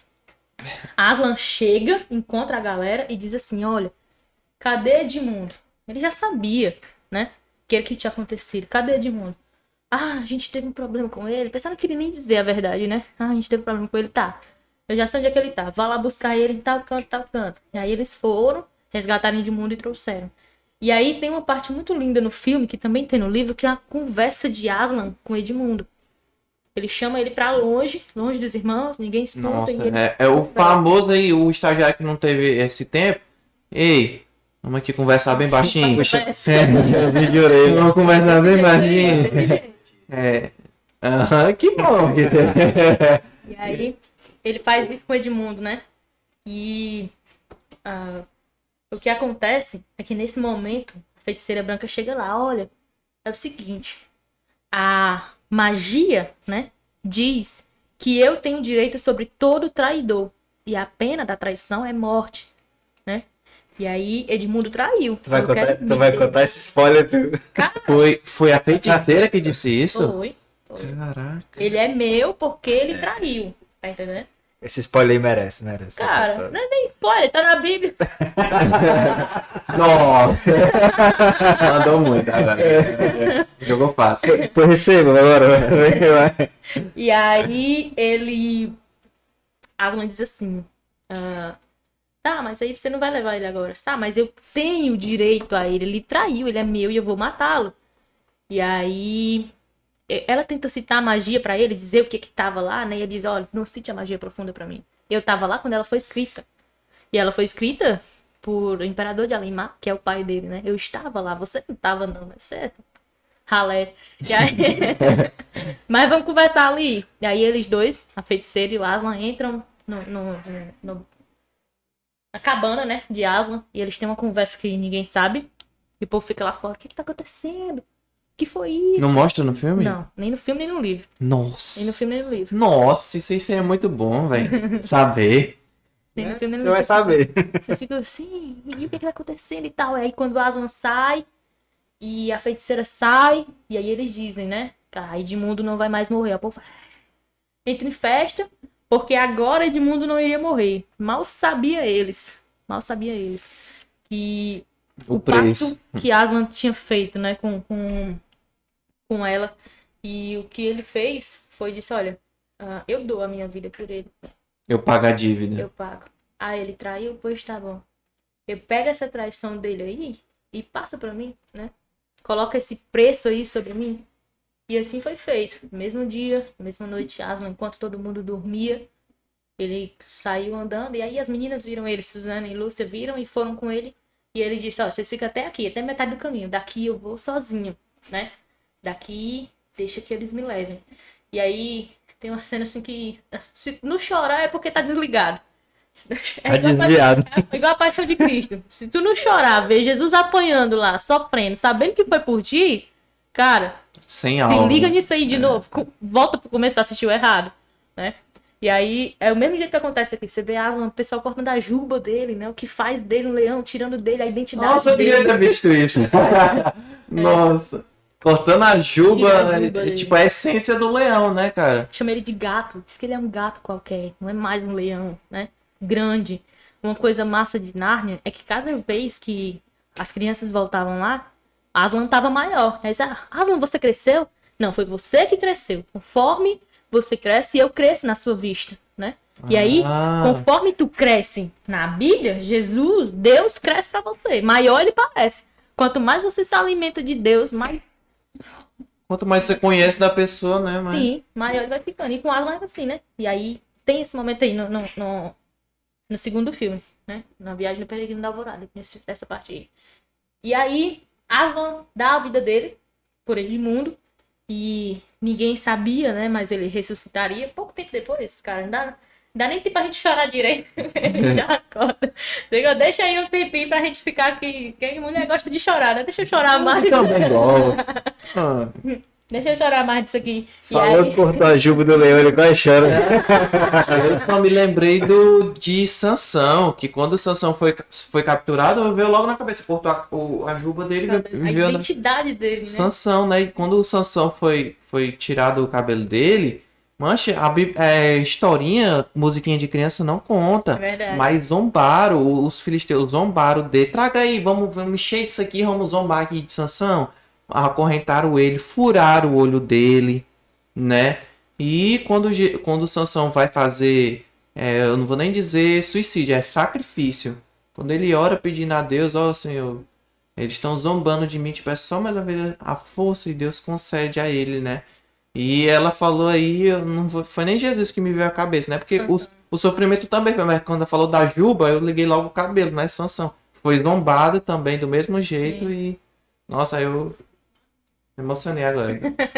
Aslan chega, encontra a galera e diz assim, olha, cadê Edmundo? Ele já sabia, né? O que tinha acontecido. Cadê Edmundo? Ah, a gente teve um problema com ele. Pensando que ele nem dizer a verdade, né? Ah, a gente teve um problema com ele, tá. Eu já sei onde é que ele tá. Vá lá buscar ele em tal canto, tal canto. E aí eles foram, resgataram Edmundo e trouxeram. E aí tem uma parte muito linda no filme, que também tem no livro, que é a conversa de Aslan com Edmundo. Ele chama ele pra longe dos irmãos, ninguém escuta. Nossa, ele é o famoso aí, o estagiário que não teve esse tempo. Ei, vamos aqui conversar bem baixinho. Vamos conversar bem baixinho. Que bom. E aí, ele faz isso com Edmundo, né? E o que acontece é que nesse momento, a feiticeira branca chega lá, olha, é o seguinte, a magia, né, diz que eu tenho direito sobre todo traidor, e a pena da traição é morte, né? E aí, Edmundo traiu. Tu vai contar esse spoiler, tu. Foi a feiticeira que disse isso? Foi. Caraca. Ele é meu porque ele traiu. Tá entendendo? Esse spoiler aí merece. Cara, não é nem spoiler, tá na Bíblia. Nossa! Mandou muito agora. Jogou fácil. Pô, receba agora. E aí Aslan diz assim: tá, mas aí você não vai levar ele agora. Tá, mas eu tenho direito a ele. Ele traiu, ele é meu e eu vou matá-lo. E aí ela tenta citar a magia pra ele, dizer o que tava lá, né? E ele diz: olha, não cite a magia profunda pra mim. Eu tava lá quando ela foi escrita. E ela foi escrita por Imperador de Alimar, que é o pai dele, né? Eu estava lá, você não tava não, mas certo? Ralé. E aí... Mas vamos conversar ali. E aí eles dois, a feiticeira e o Aslan, entram na cabana, né, de Aslan. E eles têm uma conversa que ninguém sabe. E o povo fica lá fora: o que tá acontecendo? O que foi isso? Não mostra no filme? Não, nem no filme, nem no livro. Nossa. Nem no filme, nem no livro. Nossa, isso aí seria muito bom, velho. Saber. Nem no filme, nem Você no vai livro. saber. Você fica assim, e o que tá acontecendo e tal. E aí quando o Aslan sai e a feiticeira sai, e aí eles dizem, né? Ah, Edmundo não vai mais morrer. A povo entra em festa, porque agora Edmundo não iria morrer. Mal sabia eles que O pacto preço. que Aslan tinha feito, né, com ela. E o que ele fez foi disse: olha, eu dou a minha vida por ele. Eu pago a dívida. Eu pago. Ah, ele traiu? Pois tá bom. Eu pego essa traição dele aí e passa pra mim, né? Coloca esse preço aí sobre mim. E assim foi feito. Mesmo dia, mesma noite, Aslan, enquanto todo mundo dormia, ele saiu andando. E aí as meninas viram ele, Susana e Lúcia viram e foram com ele. E ele disse: ó, vocês ficam até aqui, até metade do caminho. Daqui eu vou sozinho, né? Daqui deixa que eles me levem. E aí tem uma cena assim que, se não chorar é porque tá desligado. Tá desviado. É igual a paixão de Cristo. Se tu não chorar, ver Jesus apanhando lá, sofrendo, sabendo que foi por ti, cara, Sem se alma. liga nisso aí de novo. Volta pro começo, tu assistiu errado, né? E aí, é o mesmo jeito que acontece aqui. Você vê Aslan, o pessoal cortando a juba dele, né? O que faz dele um leão, tirando dele a identidade Nossa, eu dele. queria ter visto isso. Nossa. Cortando a juba, Tira a juba é dele. tipo a essência do leão, né, cara? Chama ele de gato. Diz que ele é um gato qualquer. Não é mais um leão, né? Grande. Uma coisa massa de Nárnia é que cada vez que as crianças voltavam lá, Aslan tava maior. Aí diz: Aslan, você cresceu? Não, foi você que cresceu. Conforme você cresce, eu cresço na sua vista, né? E aí, conforme tu cresce na Bíblia, Jesus, Deus cresce pra você. Maior ele parece. Quanto mais você se alimenta de Deus, mais Quanto mais você conhece da pessoa, né, mas... sim, maior ele vai ficando. E com Aslan é assim, né? E aí tem esse momento aí no segundo filme, né? Na Viagem do Peregrino da Alvorada, essa parte aí. E aí Aslan dá a vida dele por Edmundo e ninguém sabia, né? Mas ele ressuscitaria pouco tempo depois, cara. Não dá nem tempo pra gente chorar direito. Ele já acorda. Deixa aí um tempinho pra gente ficar aqui. Quem mulher gosta de chorar, né? Deixa eu chorar mais. Eu também gosto. Ah, Deixa eu chorar mais disso aqui. E Falou aí... que cortou a juba do leão, ele quase chora. eu só me lembrei de Sansão, que quando Sansão foi capturado, veio logo na cabeça, cortou a juba dele e a veio identidade dele, né? Sansão, né? E quando o Sansão foi tirado o cabelo dele, mancha, a historinha, musiquinha de criança não conta. É verdade. Mas zombaram, os filisteus zombaram dele. Traga aí, vamos encher isso aqui, vamos zombar aqui de Sansão. Acorrentaram ele, furaram o olho dele, né? E quando o Sansão vai fazer, eu não vou nem dizer suicídio, é sacrifício. Quando ele ora pedindo a Deus: ó Senhor, eles estão zombando de mim, te peço só mais uma vez a força, e Deus concede a ele, né? E ela falou aí, foi nem Jesus que me veio à cabeça, né? Porque o sofrimento também foi, mas quando ela falou da juba, eu liguei logo o cabelo, né? Sansão foi zombado também do mesmo jeito. Sim. E nossa, eu me emocionei agora.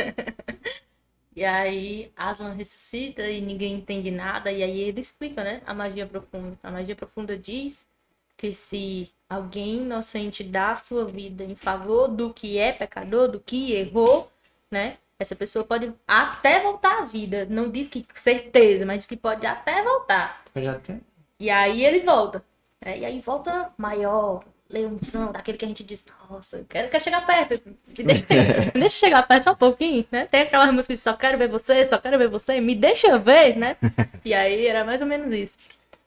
E aí Aslan ressuscita e ninguém entende nada. E aí ele explica, né? A magia profunda. A magia profunda diz que se alguém inocente dá a sua vida em favor do que é pecador, do que errou, né? Essa pessoa pode até voltar à vida. Não diz que certeza, mas diz que pode até voltar. Pode até. E aí ele volta. E aí volta maior, leãozão, daquele que a gente diz, nossa, eu quero chegar perto. Me deixa, me deixa chegar perto só um pouquinho, né? Tem aquela música de só quero ver você, me deixa ver, né? E aí era mais ou menos isso.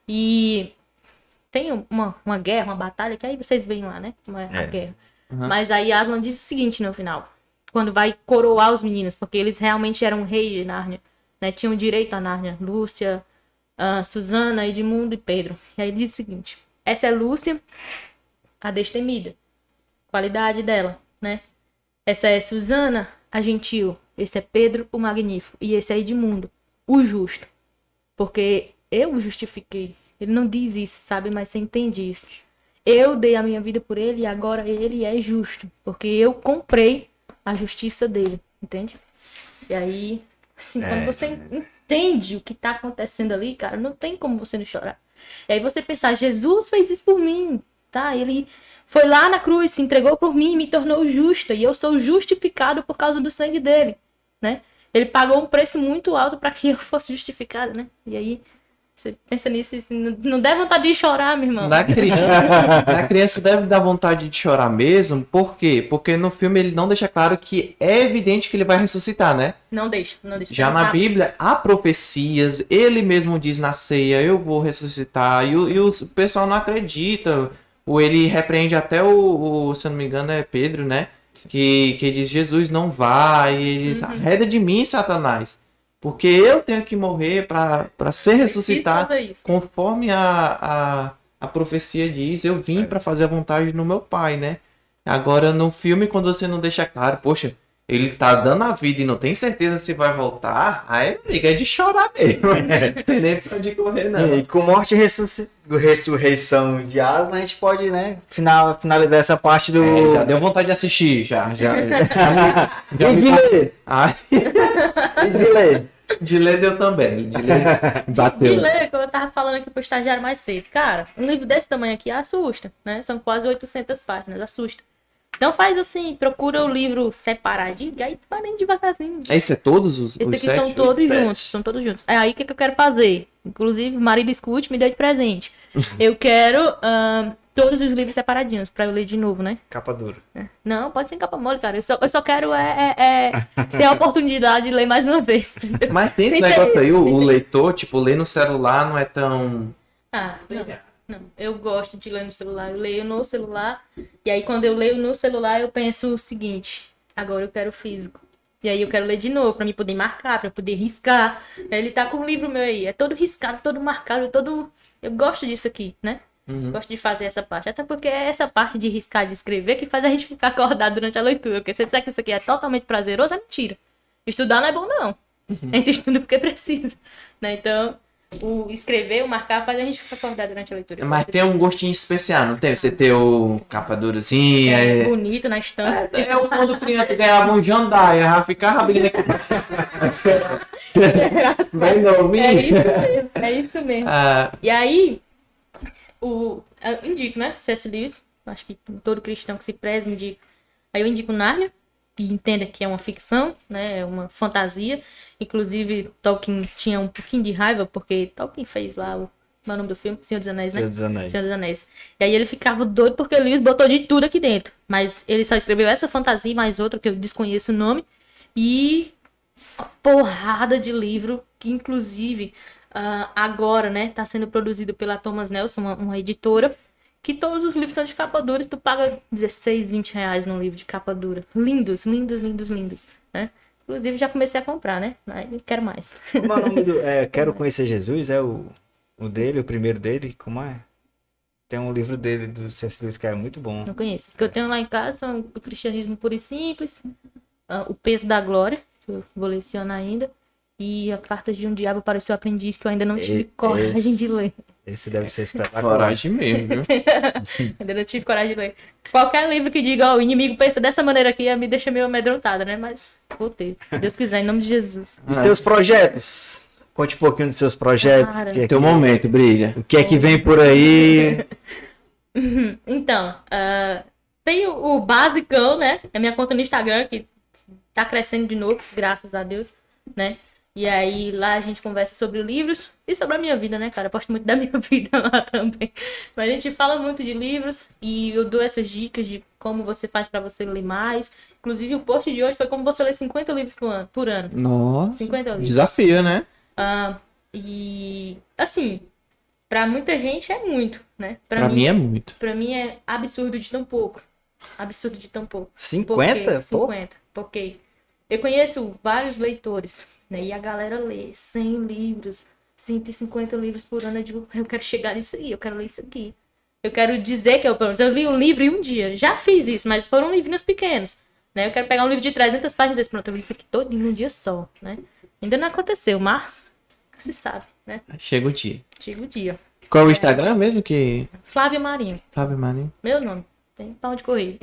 E tem uma guerra, uma batalha, que aí vocês veem lá, né? A guerra. Uhum. Mas aí Aslan diz o seguinte no final, quando vai coroar os meninos, porque eles realmente eram reis de Nárnia, né? Tinham direito a Nárnia, Lúcia, Susana, Edmundo e Pedro. E aí diz o seguinte, essa é Lúcia, a destemida, qualidade dela, né? Essa é Susana, a gentil, esse é Pedro, o magnífico, e esse é Edmundo, o justo, porque eu o justifiquei. Ele não diz isso, sabe? Mas você entende isso. Eu dei a minha vida por ele e agora ele é justo. Porque eu comprei a justiça dele. Entende? E aí, assim, quando você entende o que tá acontecendo ali, cara, não tem como você não chorar. E aí você pensar, Jesus fez isso por mim, tá? Ele foi lá na cruz, se entregou por mim, me tornou justa. E eu sou justificado por causa do sangue dele, né? Ele pagou um preço muito alto para que eu fosse justificada, né? E aí... Você pensa nisso, assim, não deve vontade de chorar, meu irmão. Na criança deve dar vontade de chorar mesmo, por quê? Porque no filme ele não deixa claro que é evidente que ele vai ressuscitar, né? Não deixa. Já na Bíblia, há profecias, ele mesmo diz na ceia, eu vou ressuscitar, e o pessoal não acredita, ou ele repreende até se eu não me engano é Pedro, né? Que diz, Jesus não vai, e ele diz, arreda de mim, Satanás. Porque eu tenho que morrer para ser ressuscitado, conforme a profecia diz, eu vim para fazer a vontade do meu pai, né? Agora, no filme, quando você não deixa claro, poxa, ele tá dando a vida e não tem certeza se vai voltar, aí, amiga, é de chorar mesmo. Não tem nem pra onde correr, não. E com morte e ressurreição de Aslan, a gente pode, né, finalizar essa parte do... já deu vontade de assistir, já de ler. De ler. De ler deu também. De ler bateu. De ler, como eu tava falando aqui pro estagiário mais cedo. Cara, um livro desse tamanho aqui assusta, né? São quase 800 páginas, assusta. Então faz assim, procura o livro separadinho, e aí vai nem devagarzinho. Esse é todos os Esse aqui 7? são todos juntos, são todos juntos. É aí o que eu quero fazer. Inclusive, o marido escute, me deu de presente. Eu quero todos os livros separadinhos, pra eu ler de novo, né? Capa dura. Não, pode ser em capa mole, cara. Eu só quero ter a oportunidade de ler mais uma vez. Entendeu? Mas tem esse negócio aí, o leitor, tipo, ler no celular não é tão... Não, eu gosto de ler no celular. Eu leio no celular. E aí, quando eu leio no celular, eu penso o seguinte: agora eu quero físico. E aí, eu quero ler de novo, pra mim poder marcar, pra poder riscar. Ele tá com um livro meu aí. É todo riscado, todo marcado, todo. Eu gosto disso aqui, né? Gosto de fazer essa parte. Até porque é essa parte de riscar, de escrever, que faz a gente ficar acordado durante a leitura. Porque se você disser que isso aqui é totalmente prazeroso, é mentira. Estudar não é bom, não. A gente estuda porque precisa. Né? Então. O escrever, o marcar, faz a gente ficar acordado durante a leitura. Mas tem um gostinho especial, não tem? Você ter o capa durazinha. Bonito na estante. Quando criança ganhava um jandaia, já ficava abrindo aqui. Vai novinho. É isso mesmo. E aí, eu indico, né? C.S. Lewis, acho que todo cristão que se preze indica. Aí eu indico Nárnia, que entenda que é uma ficção, né? É uma fantasia. Inclusive, Tolkien tinha um pouquinho de raiva, porque Tolkien fez lá o nome do filme? Senhor dos Anéis, né? Senhor dos Anéis. Senhor dos Anéis. E aí ele ficava doido porque o Lewis botou de tudo aqui dentro. Mas ele só escreveu essa fantasia e mais outra, que eu desconheço o nome. E uma porrada de livro, que inclusive agora, né, tá sendo produzido pela Thomas Nelson, uma editora, que todos os livros são de capa dura. Tu paga 16, 20 reais num livro de capa dura. Lindos, lindos, lindos, lindos, né? Inclusive, já comecei a comprar, né? Mas quero mais. Como é o nome do... Quero Conhecer Jesus? É o dele, o primeiro dele? Como é? Tem um livro dele, do C.S. Lewis, que é muito bom. Não conheço. Os que eu tenho lá em casa são o Cristianismo Puro e Simples, o Peso da Glória, que eu vou lecionar ainda, e a Cartas de um Diabo para o Seu Aprendiz, que eu ainda não tive coragem de ler. Esse deve ser espetacular. Coragem mesmo, viu? Ainda não tive coragem de ler. Qualquer livro que diga, o inimigo pensa dessa maneira aqui, me deixa meio amedrontada, né? Mas vou ter. Se Deus quiser, em nome de Jesus. E os teus projetos? Conte um pouquinho dos seus projetos. Teu momento, briga. O que é que vem por aí? Então, tem o basicão, né? É minha conta no Instagram, que tá crescendo de novo, graças a Deus, né? E aí lá a gente conversa sobre livros e sobre a minha vida, né, cara? Eu posto muito da minha vida lá também. Mas a gente fala muito de livros e eu dou essas dicas de como você faz pra você ler mais. Inclusive o post de hoje foi como você ler 50 livros por ano. Nossa, 50 livros. desafio, né? E assim, pra muita gente é muito, né? Pra mim é muito. Pra mim é absurdo de tão pouco. Absurdo de tão pouco. 50? 50. Porque eu conheço vários leitores, né? E a galera lê 100 livros, 150 livros por ano. Eu digo, eu quero chegar nisso aí, eu quero ler isso aqui. Eu quero dizer que eu li um livro em um dia. Já fiz isso, mas foram livrinhos pequenos, né? Eu quero pegar um livro de 300 páginas e dizer, pronto, eu li isso aqui todo em um dia só, né? Ainda não aconteceu, mas se sabe, né? Chega o dia. Chega o dia. Qual é o Instagram mesmo que... Flávio Marinho. Flávio Marinho. Meu nome. Tem pra onde correr.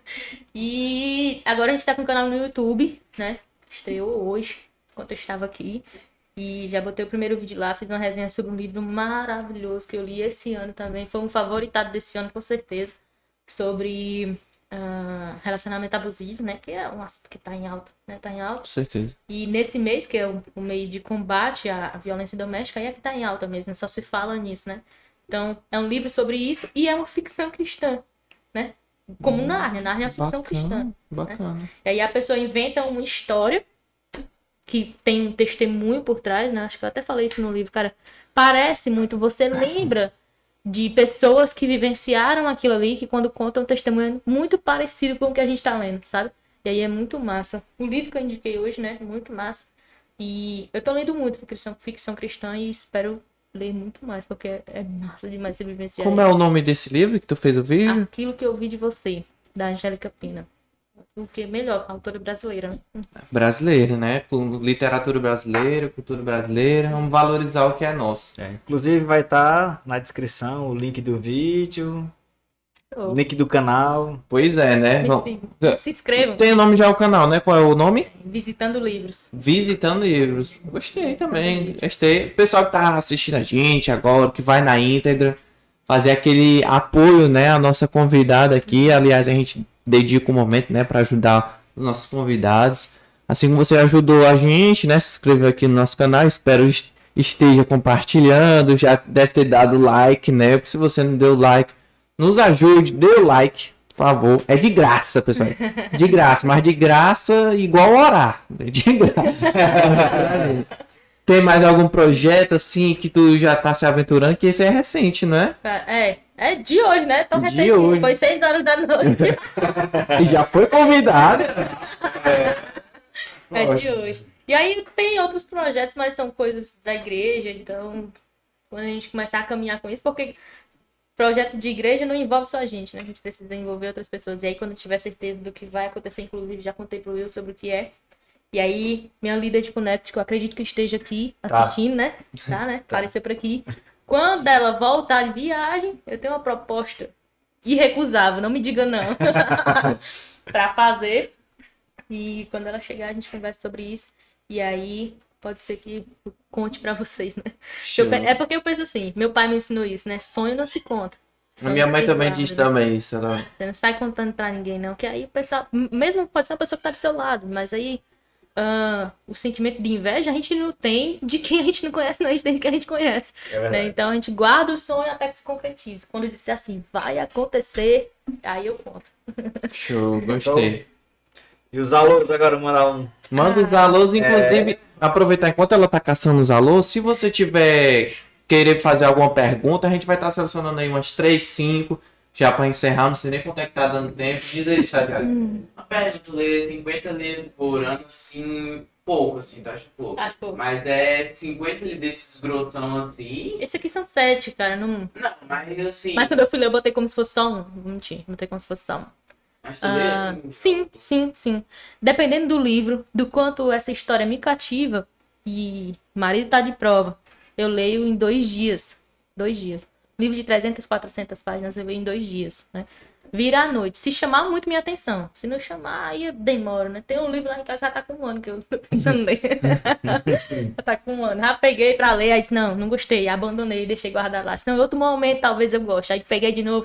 E agora a gente tá com um canal no YouTube, né? Estreou hoje, enquanto eu estava aqui. E já botei o primeiro vídeo lá, fiz uma resenha sobre um livro maravilhoso que eu li esse ano também. Foi um favoritado desse ano, com certeza. Sobre relacionamento abusivo, né? Que é um assunto que tá em alta, né? Tá em alta. Com certeza. E nesse mês, que é o mês de combate à violência doméstica, aí é que tá em alta mesmo, só se fala nisso, né? Então, é um livro sobre isso e é uma ficção cristã, né? Como Nárnia. Nárnia é uma ficção cristã. Bacana. Né? E aí a pessoa inventa uma história que tem um testemunho por trás, né? Acho que eu até falei isso no livro, cara. Parece muito, você lembra de pessoas que vivenciaram aquilo ali, que quando contam um testemunho é muito parecido com o que a gente tá lendo, sabe? E aí é muito massa. O livro que eu indiquei hoje, né? Muito massa. E eu tô lendo muito ficção cristã e espero ler muito mais, porque é massa demais se vivenciar. Como é o nome desse livro que tu fez o vídeo? Aquilo que eu vi de você, da Angélica Pina. O que é melhor, autora brasileira. Brasileira, né? Com literatura brasileira, cultura brasileira. Vamos valorizar o que é nosso. Inclusive vai estar na descrição o link do vídeo, o link do canal. Pois é, né? Se inscrevam. Tem o nome já o canal, né? Qual é o nome? Visitando Livros. Visitando Livros. Gostei também. Gostei. O pessoal que tá assistindo a gente agora, que vai na íntegra, fazer aquele apoio, né? A nossa convidada aqui. Aliás, a gente dedica um momento, né? Para ajudar os nossos convidados. Assim como você ajudou a gente, né? Se inscreveu aqui no nosso canal. Espero esteja compartilhando. Já deve ter dado like, né? Se você não deu like, nos ajude. Dê o like. Por favor, é de graça, pessoal. De graça, mas de graça igual orar. De graça. Tem mais algum projeto assim que tu já tá se aventurando? Que esse é recente, não é? É de hoje, né? Tão recente. De hoje. Foi 6 horas da noite. E já foi convidado. É de hoje. E aí tem outros projetos, mas são coisas da igreja. Então, quando a gente começar a caminhar com isso, porque projeto de igreja não envolve só a gente, né? A gente precisa envolver outras pessoas. E aí, quando eu tiver certeza do que vai acontecer, inclusive já contei pro Will sobre o que é. E aí, minha líder de Connect, que eu acredito que esteja aqui assistindo, né? Tá, né? Apareceu por aqui. Quando ela voltar de viagem, eu tenho uma proposta irrecusável, não me diga não, pra fazer. E quando ela chegar, a gente conversa sobre isso. E aí, pode ser que eu conte pra vocês, né? É porque eu penso assim, meu pai me ensinou isso, né? Sonho não se conta. A minha mãe também diz também isso, né? Você não sai contando pra ninguém, não. Que aí o pessoal, mesmo pode ser uma pessoa que tá do seu lado, mas aí o sentimento de inveja a gente não tem de quem a gente não conhece, não, a gente tem de quem a gente conhece. Né? Então a gente guarda o sonho até que se concretize. Quando eu disser assim, vai acontecer, aí eu conto. Show, gostei. E os alôs agora, mandar um. Manda os alôs, inclusive, aproveitar enquanto ela tá caçando os alôs, se você tiver querer fazer alguma pergunta, a gente vai estar selecionando aí umas 3, 5, já pra encerrar, não sei nem quanto é que tá dando tempo. Diz aí, estagiário. A pergunta, ler 50 livros por ano, assim, pouco, assim, tá? Acho pouco. Acho pouco. Mas é 50 desses grossão, assim. Esse aqui são 7, cara. Não, mas assim. mas quando eu fui ler, eu botei como se fosse só um. Não mentir, botei como se fosse só um. Mas tu lê assim. Sim. Dependendo do livro, do quanto essa história me cativa, e marido tá de prova, eu leio em 2 dias. 2 dias. Livro de 300, 400 páginas eu leio em 2 dias, né? Vira à noite. Se chamar muito minha atenção. Se não chamar, aí demora, né? Tem um livro lá em casa que já tá com 1 ano que eu tô tentando ler. Já tá com 1 ano. Já peguei pra ler, aí disse, não gostei. Abandonei, deixei guardado lá. Se não, em outro momento talvez eu goste. Aí peguei de novo.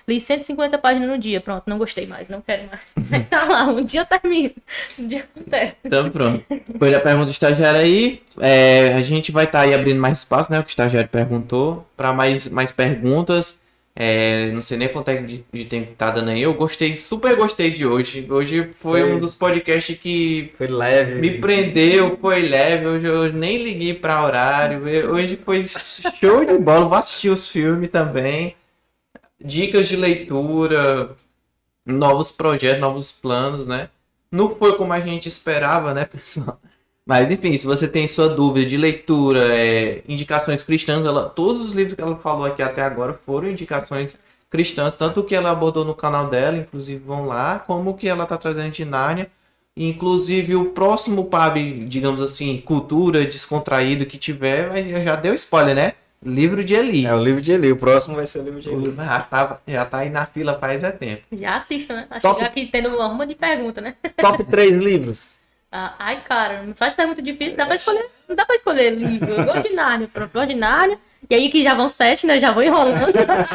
Li 150 páginas no dia. Pronto, não gostei mais, não quero mais. Tá lá, um dia termina. Um dia acontece. Então pronto. Depois da pergunta do estagiário aí, a gente vai estar aí abrindo mais espaço, né? O que o estagiário perguntou, para mais perguntas. Não sei nem quanto é de tempo que tá dando aí. Eu super gostei de hoje. Hoje foi um dos podcasts que foi leve, me prendeu, foi leve. Hoje eu nem liguei para horário. Hoje foi show de bola. Vou assistir os filmes também. Dicas de leitura, novos projetos, novos planos, né? Não foi como a gente esperava, né, pessoal? Mas enfim, se você tem sua dúvida de leitura, indicações cristãs, todos os livros que ela falou aqui até agora foram indicações cristãs, tanto o que ela abordou no canal dela, inclusive vão lá, como o que ela está trazendo de Nárnia. Inclusive o próximo pub, digamos assim, cultura, descontraído que tiver, mas já deu spoiler, né? Livro de Eli. É o livro de Eli, o próximo vai ser o livro de Eli. Já tá aí na fila faz tempo. Já assistam, né? Vai chegar aqui tendo uma ruma de pergunta, né? Top 3 livros. Ai, cara, não faz pergunta difícil, dá pra escolher, não dá pra escolher livro. Eu gosto de Nárnia, pronto, gosto de Nárnia. E aí que já vão 7, né? Já vou enrolando.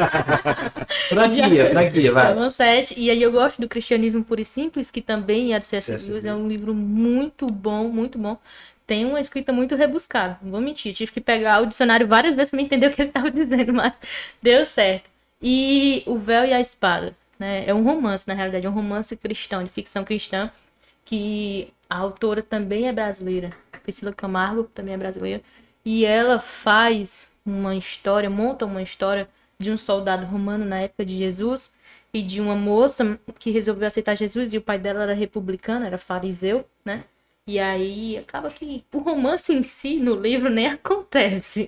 franquia, vai. Já vão 7. E aí eu gosto do Cristianismo Puro e Simples, que também é de C.S. Lewis. É um livro muito bom, muito bom. Tem uma escrita muito rebuscada, não vou mentir. Tive que pegar o dicionário várias vezes pra me entender o que ele tava dizendo, mas deu certo. E O Véu e a Espada, né? É um romance, na realidade, é um romance cristão, de ficção cristã, que a autora também é brasileira. Priscila Camargo também é brasileira. E ela faz uma história, monta uma história de um soldado romano na época de Jesus e de uma moça que resolveu aceitar Jesus, e o pai dela era republicano, era fariseu, né? E aí acaba que o romance em si no livro nem acontece.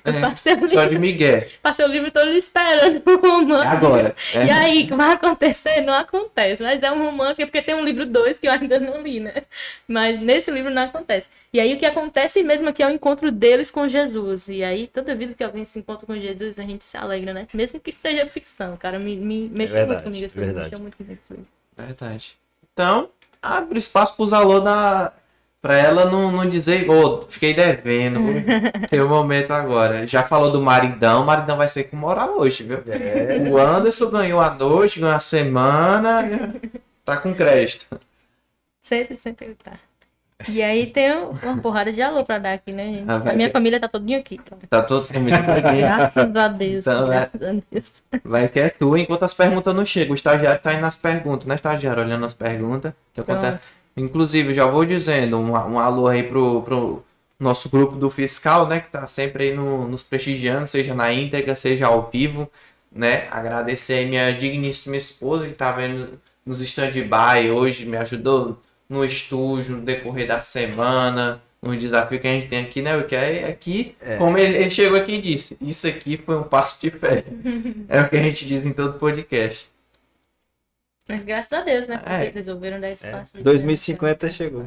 Só de Miguel. Passei o livro todo esperando o romance. Agora. E aí, o que vai acontecer? Não acontece. Mas é um romance, porque tem um livro 2 que eu ainda não li, né? Mas nesse livro não acontece. E aí o que acontece mesmo aqui é o encontro deles com Jesus. E aí, toda vez que alguém se encontra com Jesus, a gente se alegra, né? Mesmo que seja ficção, cara. Me mexeu muito comigo esse livro. Mexeu muito comigo esse livro. Verdade. Então, abre espaço pros alunos pra ela não dizer, fiquei devendo, tem um momento agora. Já falou do maridão, o maridão vai ser com moral hoje, viu? O Anderson ganhou a noite, ganhou a semana, tá com crédito. Sempre tá. E aí tem uma porrada de alô pra dar aqui, né, gente? A minha família tá todinha aqui. Tá todo família aqui. Graças a Deus. Então, graças a Deus. Vai que é tu, enquanto as perguntas não chegam. O estagiário tá indo nas perguntas, né, estagiário? Olhando as perguntas. Que acontece. Inclusive, já vou dizendo, um alô aí pro nosso grupo do fiscal, né? Que tá sempre aí nos prestigiando, seja na íntegra, seja ao vivo, né? Agradecer aí minha digníssima esposa que tá vendo nos stand-by hoje, me ajudou no estúdio, no decorrer da semana, nos desafios que a gente tem aqui, né? Porque aqui, como ele chegou aqui e disse, isso aqui foi um passo de fé. É o que a gente diz em todo podcast. Mas graças a Deus, né? Porque eles resolveram dar espaço. 2050 chegou.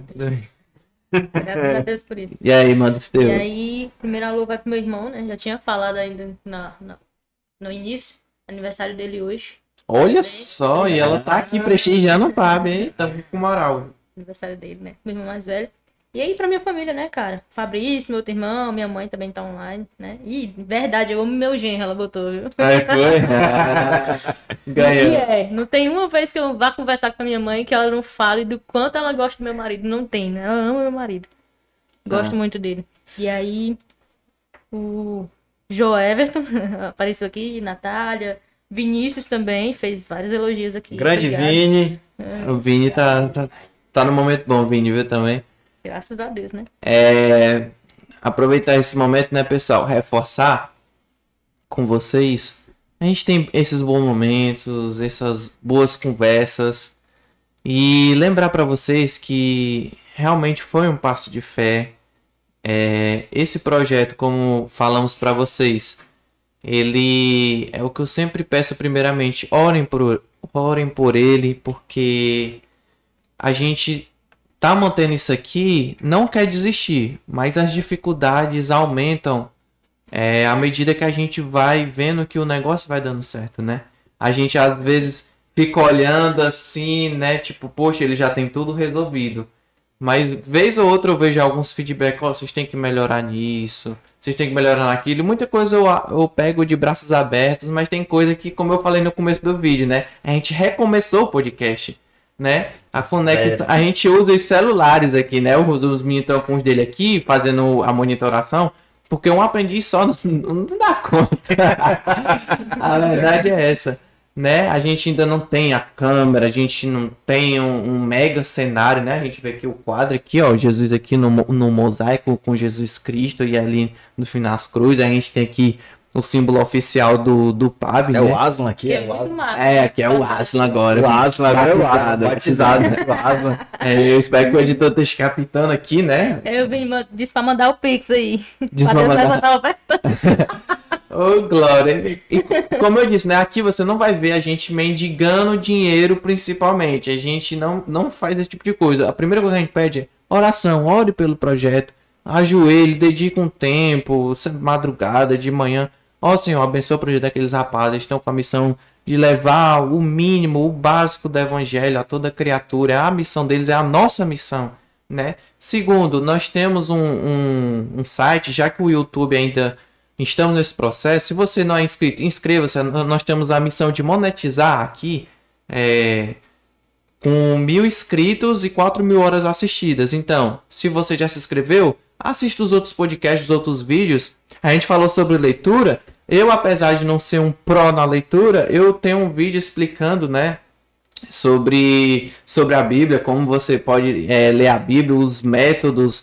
Graças a Deus por isso. E aí, mano, teu? E aí, primeiro alô vai pro meu irmão, né? Já tinha falado ainda no início. Aniversário dele hoje. Olha só, e ela tá aqui prestigiando o PAB, hein? Tá com moral. Aniversário dele, né? Meu irmão mais velho. E aí pra minha família, né, cara? Fabrício, meu outro irmão, minha mãe também tá online, né? E, verdade, eu amo meu genro, ela botou, viu? Aí foi? Ganhou. Não tem uma vez que eu vá conversar com a minha mãe que ela não fale do quanto ela gosta do meu marido. Não tem, né? Ela ama meu marido. Gosto muito dele. E aí, o Joe Everton apareceu aqui, Natália, Vinícius também, fez vários elogios aqui. Grande obrigado. Vini. O Vini tá no momento bom, o Vini, viu, também. Graças a Deus, né? Aproveitar esse momento, né, pessoal? Reforçar com vocês. A gente tem esses bons momentos, essas boas conversas. E lembrar para vocês que realmente foi um passo de fé. Esse projeto, como falamos para vocês, ele é o que eu sempre peço primeiramente. Orem por ele, porque a gente tá mantendo isso aqui, não quer desistir, mas as dificuldades aumentam à medida que a gente vai vendo que o negócio vai dando certo, né? A gente às vezes fica olhando assim, né? Tipo, poxa, ele já tem tudo resolvido. Mas vez ou outra eu vejo alguns feedbacks, vocês têm que melhorar nisso, vocês têm que melhorar naquilo. Muita coisa eu pego de braços abertos, mas tem coisa que, como eu falei no começo do vídeo, né? A gente recomeçou o podcast, né? A gente usa os celulares aqui, né? Os meninos estão com os dele aqui, fazendo a monitoração, porque um aprendiz só não dá conta. A verdade é essa. Né? A gente ainda não tem a câmera, a gente não tem um mega cenário, né? A gente vê aqui o quadro aqui, ó, Jesus aqui no mosaico com Jesus Cristo e ali no final das cruzes. A gente tem aqui o símbolo oficial do PAB, né? O Aslan aqui. Que é muito massa. Aqui é o Aslan agora. O Aslan agora é o Aslan. Batizado, né? O Aslan. Eu espero que o editor esteja captando aqui, né? Eu disse pra mandar o Pix aí. Pra Deus levantar o ofertante. Ô, Glória. E como eu disse, né? Aqui você não vai ver a gente mendigando dinheiro, principalmente. A gente não faz esse tipo de coisa. A primeira coisa que a gente pede é oração. Ore pelo projeto. Ajoelhe, dedique um tempo, madrugada, de manhã. Ó, Senhor, abençoa o projeto daqueles rapazes. Eles estão com a missão de levar o mínimo, o básico do evangelho a toda criatura. A missão deles é a nossa missão, né? Segundo, nós temos um site, já que o YouTube ainda... Estamos nesse processo. Se você não é inscrito, inscreva-se. Nós temos a missão de monetizar aqui com 1.000 inscritos e 4.000 horas assistidas. Então, se você já se inscreveu, assista os outros podcasts, os outros vídeos. A gente falou sobre leitura. Eu, apesar de não ser um pró na leitura, eu tenho um vídeo explicando, né, sobre a Bíblia, como você pode ler a Bíblia, os métodos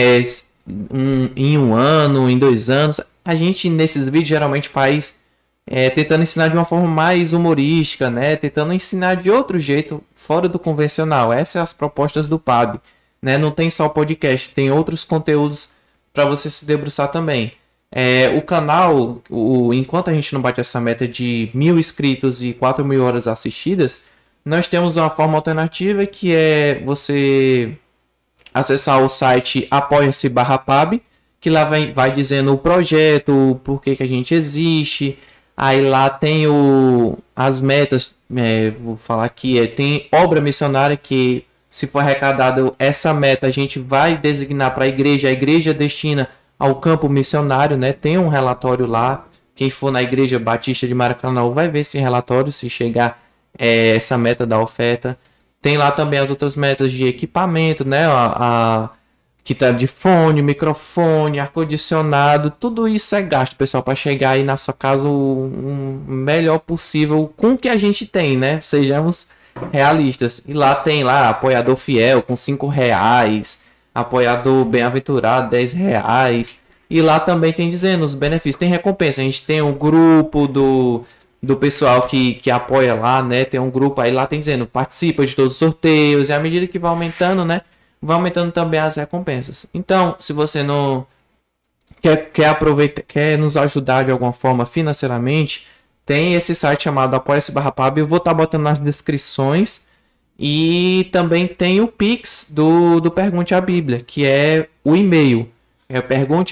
em um ano, em 2 anos. A gente, nesses vídeos, geralmente faz tentando ensinar de uma forma mais humorística, né? Tentando ensinar de outro jeito, fora do convencional. Essas são as propostas do PAB, né? Não tem só o podcast, tem outros conteúdos para você se debruçar também. O canal, enquanto a gente não bate essa meta de 1.000 inscritos e 4.000 horas assistidas, nós temos uma forma alternativa que é você acessar o site apoia-se/PAB, que lá vai dizendo o projeto, o porquê que a gente existe. Aí lá tem as metas, vou falar aqui, tem obra missionária que, se for arrecadada essa meta, a gente vai designar para a igreja destina ao campo missionário, né? Tem um relatório lá, quem for na Igreja Batista de Maracanã vai ver esse relatório, se chegar essa meta da oferta. Tem lá também as outras metas de equipamento, né? Que tá de fone, microfone, ar-condicionado, tudo isso é gasto, pessoal, para chegar aí na sua casa o melhor possível com o que a gente tem, né? Sejamos realistas. E lá tem apoiador fiel com R$5, apoiador bem-aventurado R$10. E lá também tem dizendo os benefícios, tem recompensa. A gente tem um grupo do pessoal que apoia lá, né? Tem um grupo aí lá, tem dizendo, participa de todos os sorteios, e à medida que vai aumentando, né? Vai aumentando também as recompensas. Então, se você não quer aproveitar, quer nos ajudar de alguma forma financeiramente, tem esse site chamado apoia-se/PAB. Eu vou estar botando nas descrições. E também tem o Pix do Pergunte a Bíblia, que é o e-mail. É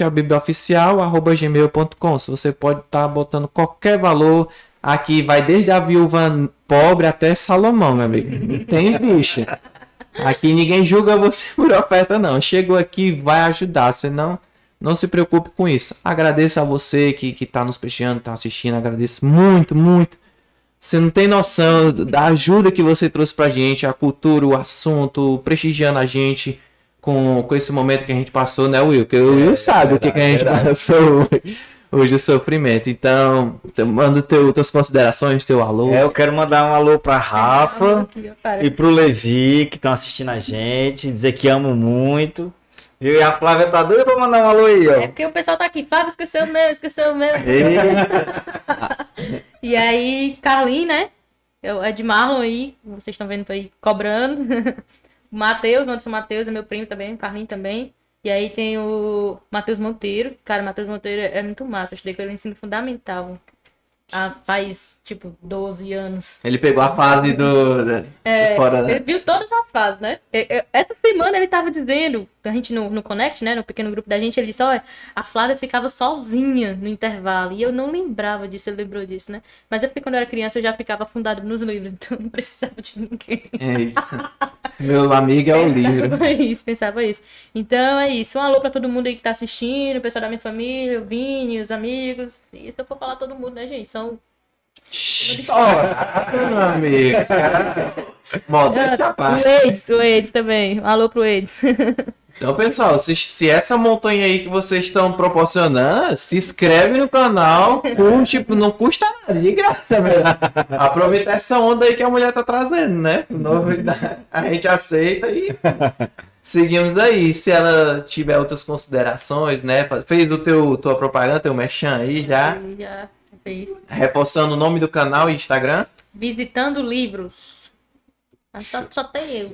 pergunteabibliaoficial@gmail.com. Se você pode estar botando qualquer valor. Aqui vai desde a viúva pobre até Salomão, meu amigo. Não tem bicho. Aqui ninguém julga você por oferta, não. Chegou aqui, vai ajudar. Você não se preocupe com isso. Agradeço a você que está nos prestigiando, está assistindo. Agradeço muito, muito. Você não tem noção da ajuda que você trouxe pra gente, a cultura, o assunto, prestigiando a gente com esse momento que a gente passou, né, Will? Porque o Will sabe o que a gente passou hoje, o sofrimento. Então, manda tuas considerações, teu alô. Eu quero mandar um alô pra Rafa e pro Levi, que estão assistindo a gente, dizer que amo muito. Viu? E a Flávia tá doida pra mandar um alô aí, ó. É porque o pessoal tá aqui, Flávia, esqueceu o meu. E aí, Carlinhos, né? É de Marlon aí, vocês estão vendo aí, cobrando. O Matheus, o Anderson Matheus é meu primo também, o Carlinhos também. E aí tem o Matheus Monteiro. Cara, o Matheus Monteiro é muito massa. Eu estudei com ele no ensino fundamental. Faz, tipo, 12 anos. Ele pegou a fase do fora, né? Ele viu todas as fases, né? Essa semana ele tava dizendo a gente no Connect, né, no pequeno grupo da gente, ele disse, olha, a Flávia ficava sozinha no intervalo, e eu não lembrava disso, ele lembrou disso, né? Mas é porque quando eu era criança eu já ficava afundada nos livros, então eu não precisava de ninguém. Eita. Meu amigo é o livro. Pensava isso. Então é isso, um alô pra todo mundo aí que tá assistindo, o pessoal da minha família, o Vini, os amigos, e se eu for falar todo mundo, né, gente, são... Meu amigo. Modéstia à parte. O Eides também, um alô pro Eides. Então, pessoal, se essa montanha aí que vocês estão proporcionando, se inscreve no canal, curte, não custa nada, de graça, velho. Aproveitar essa onda aí que a mulher tá trazendo, né? Novidade, a gente aceita e seguimos daí. Se ela tiver outras considerações, né? Fez tua propaganda, teu merchan aí já. Já fez. Reforçando o nome do canal e Instagram. Visitando livros. Mas só tem eu.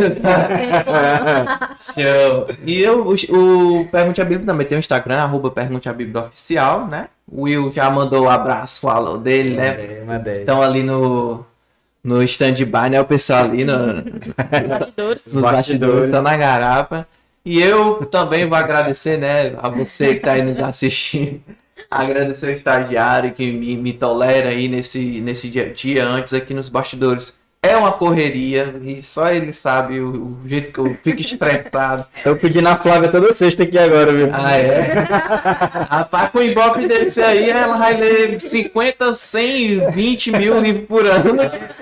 Show. E o Pergunte a Bíblia também tem o Instagram, @Pergunte a Bíblia Oficial, né? O Will já mandou o abraço, falou dele, né? Mandei. Estão ali no stand-by, né? O pessoal ali nos bastidores, estão na garapa. E eu também vou agradecer, né? A você que está aí nos assistindo. Agradecer ao estagiário que me tolera aí nesse dia a dia, antes aqui nos bastidores. É uma correria e só ele sabe o jeito que eu fico estressado. Tô pedindo a Flávia toda sexta aqui agora, viu? Ah, é? Rapaz, com o Ibope desse aí, ela vai ler 50, 100, 20 mil livros por ano.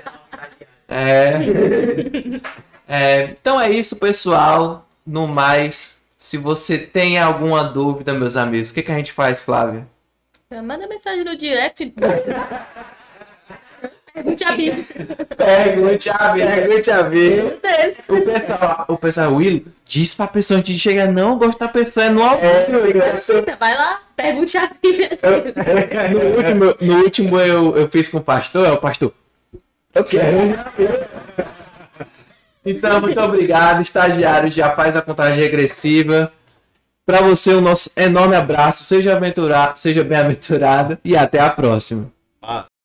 Então é isso, pessoal. No mais, se você tem alguma dúvida, meus amigos, o que a gente faz, Flávia? Manda mensagem no direct. Pergunte a Bíblia. Pergunte a Bíblia. Um O pessoal, Will, diz pra pessoa antes de chegar, não, gosto da pessoa, é no ao vivo. Vai lá, pergunte a Bíblia. No último eu fiz com o pastor, eu quero. Então, muito obrigado, estagiário, já faz a contagem regressiva. Pra você, o nosso enorme abraço, seja bem-aventurado e até a próxima.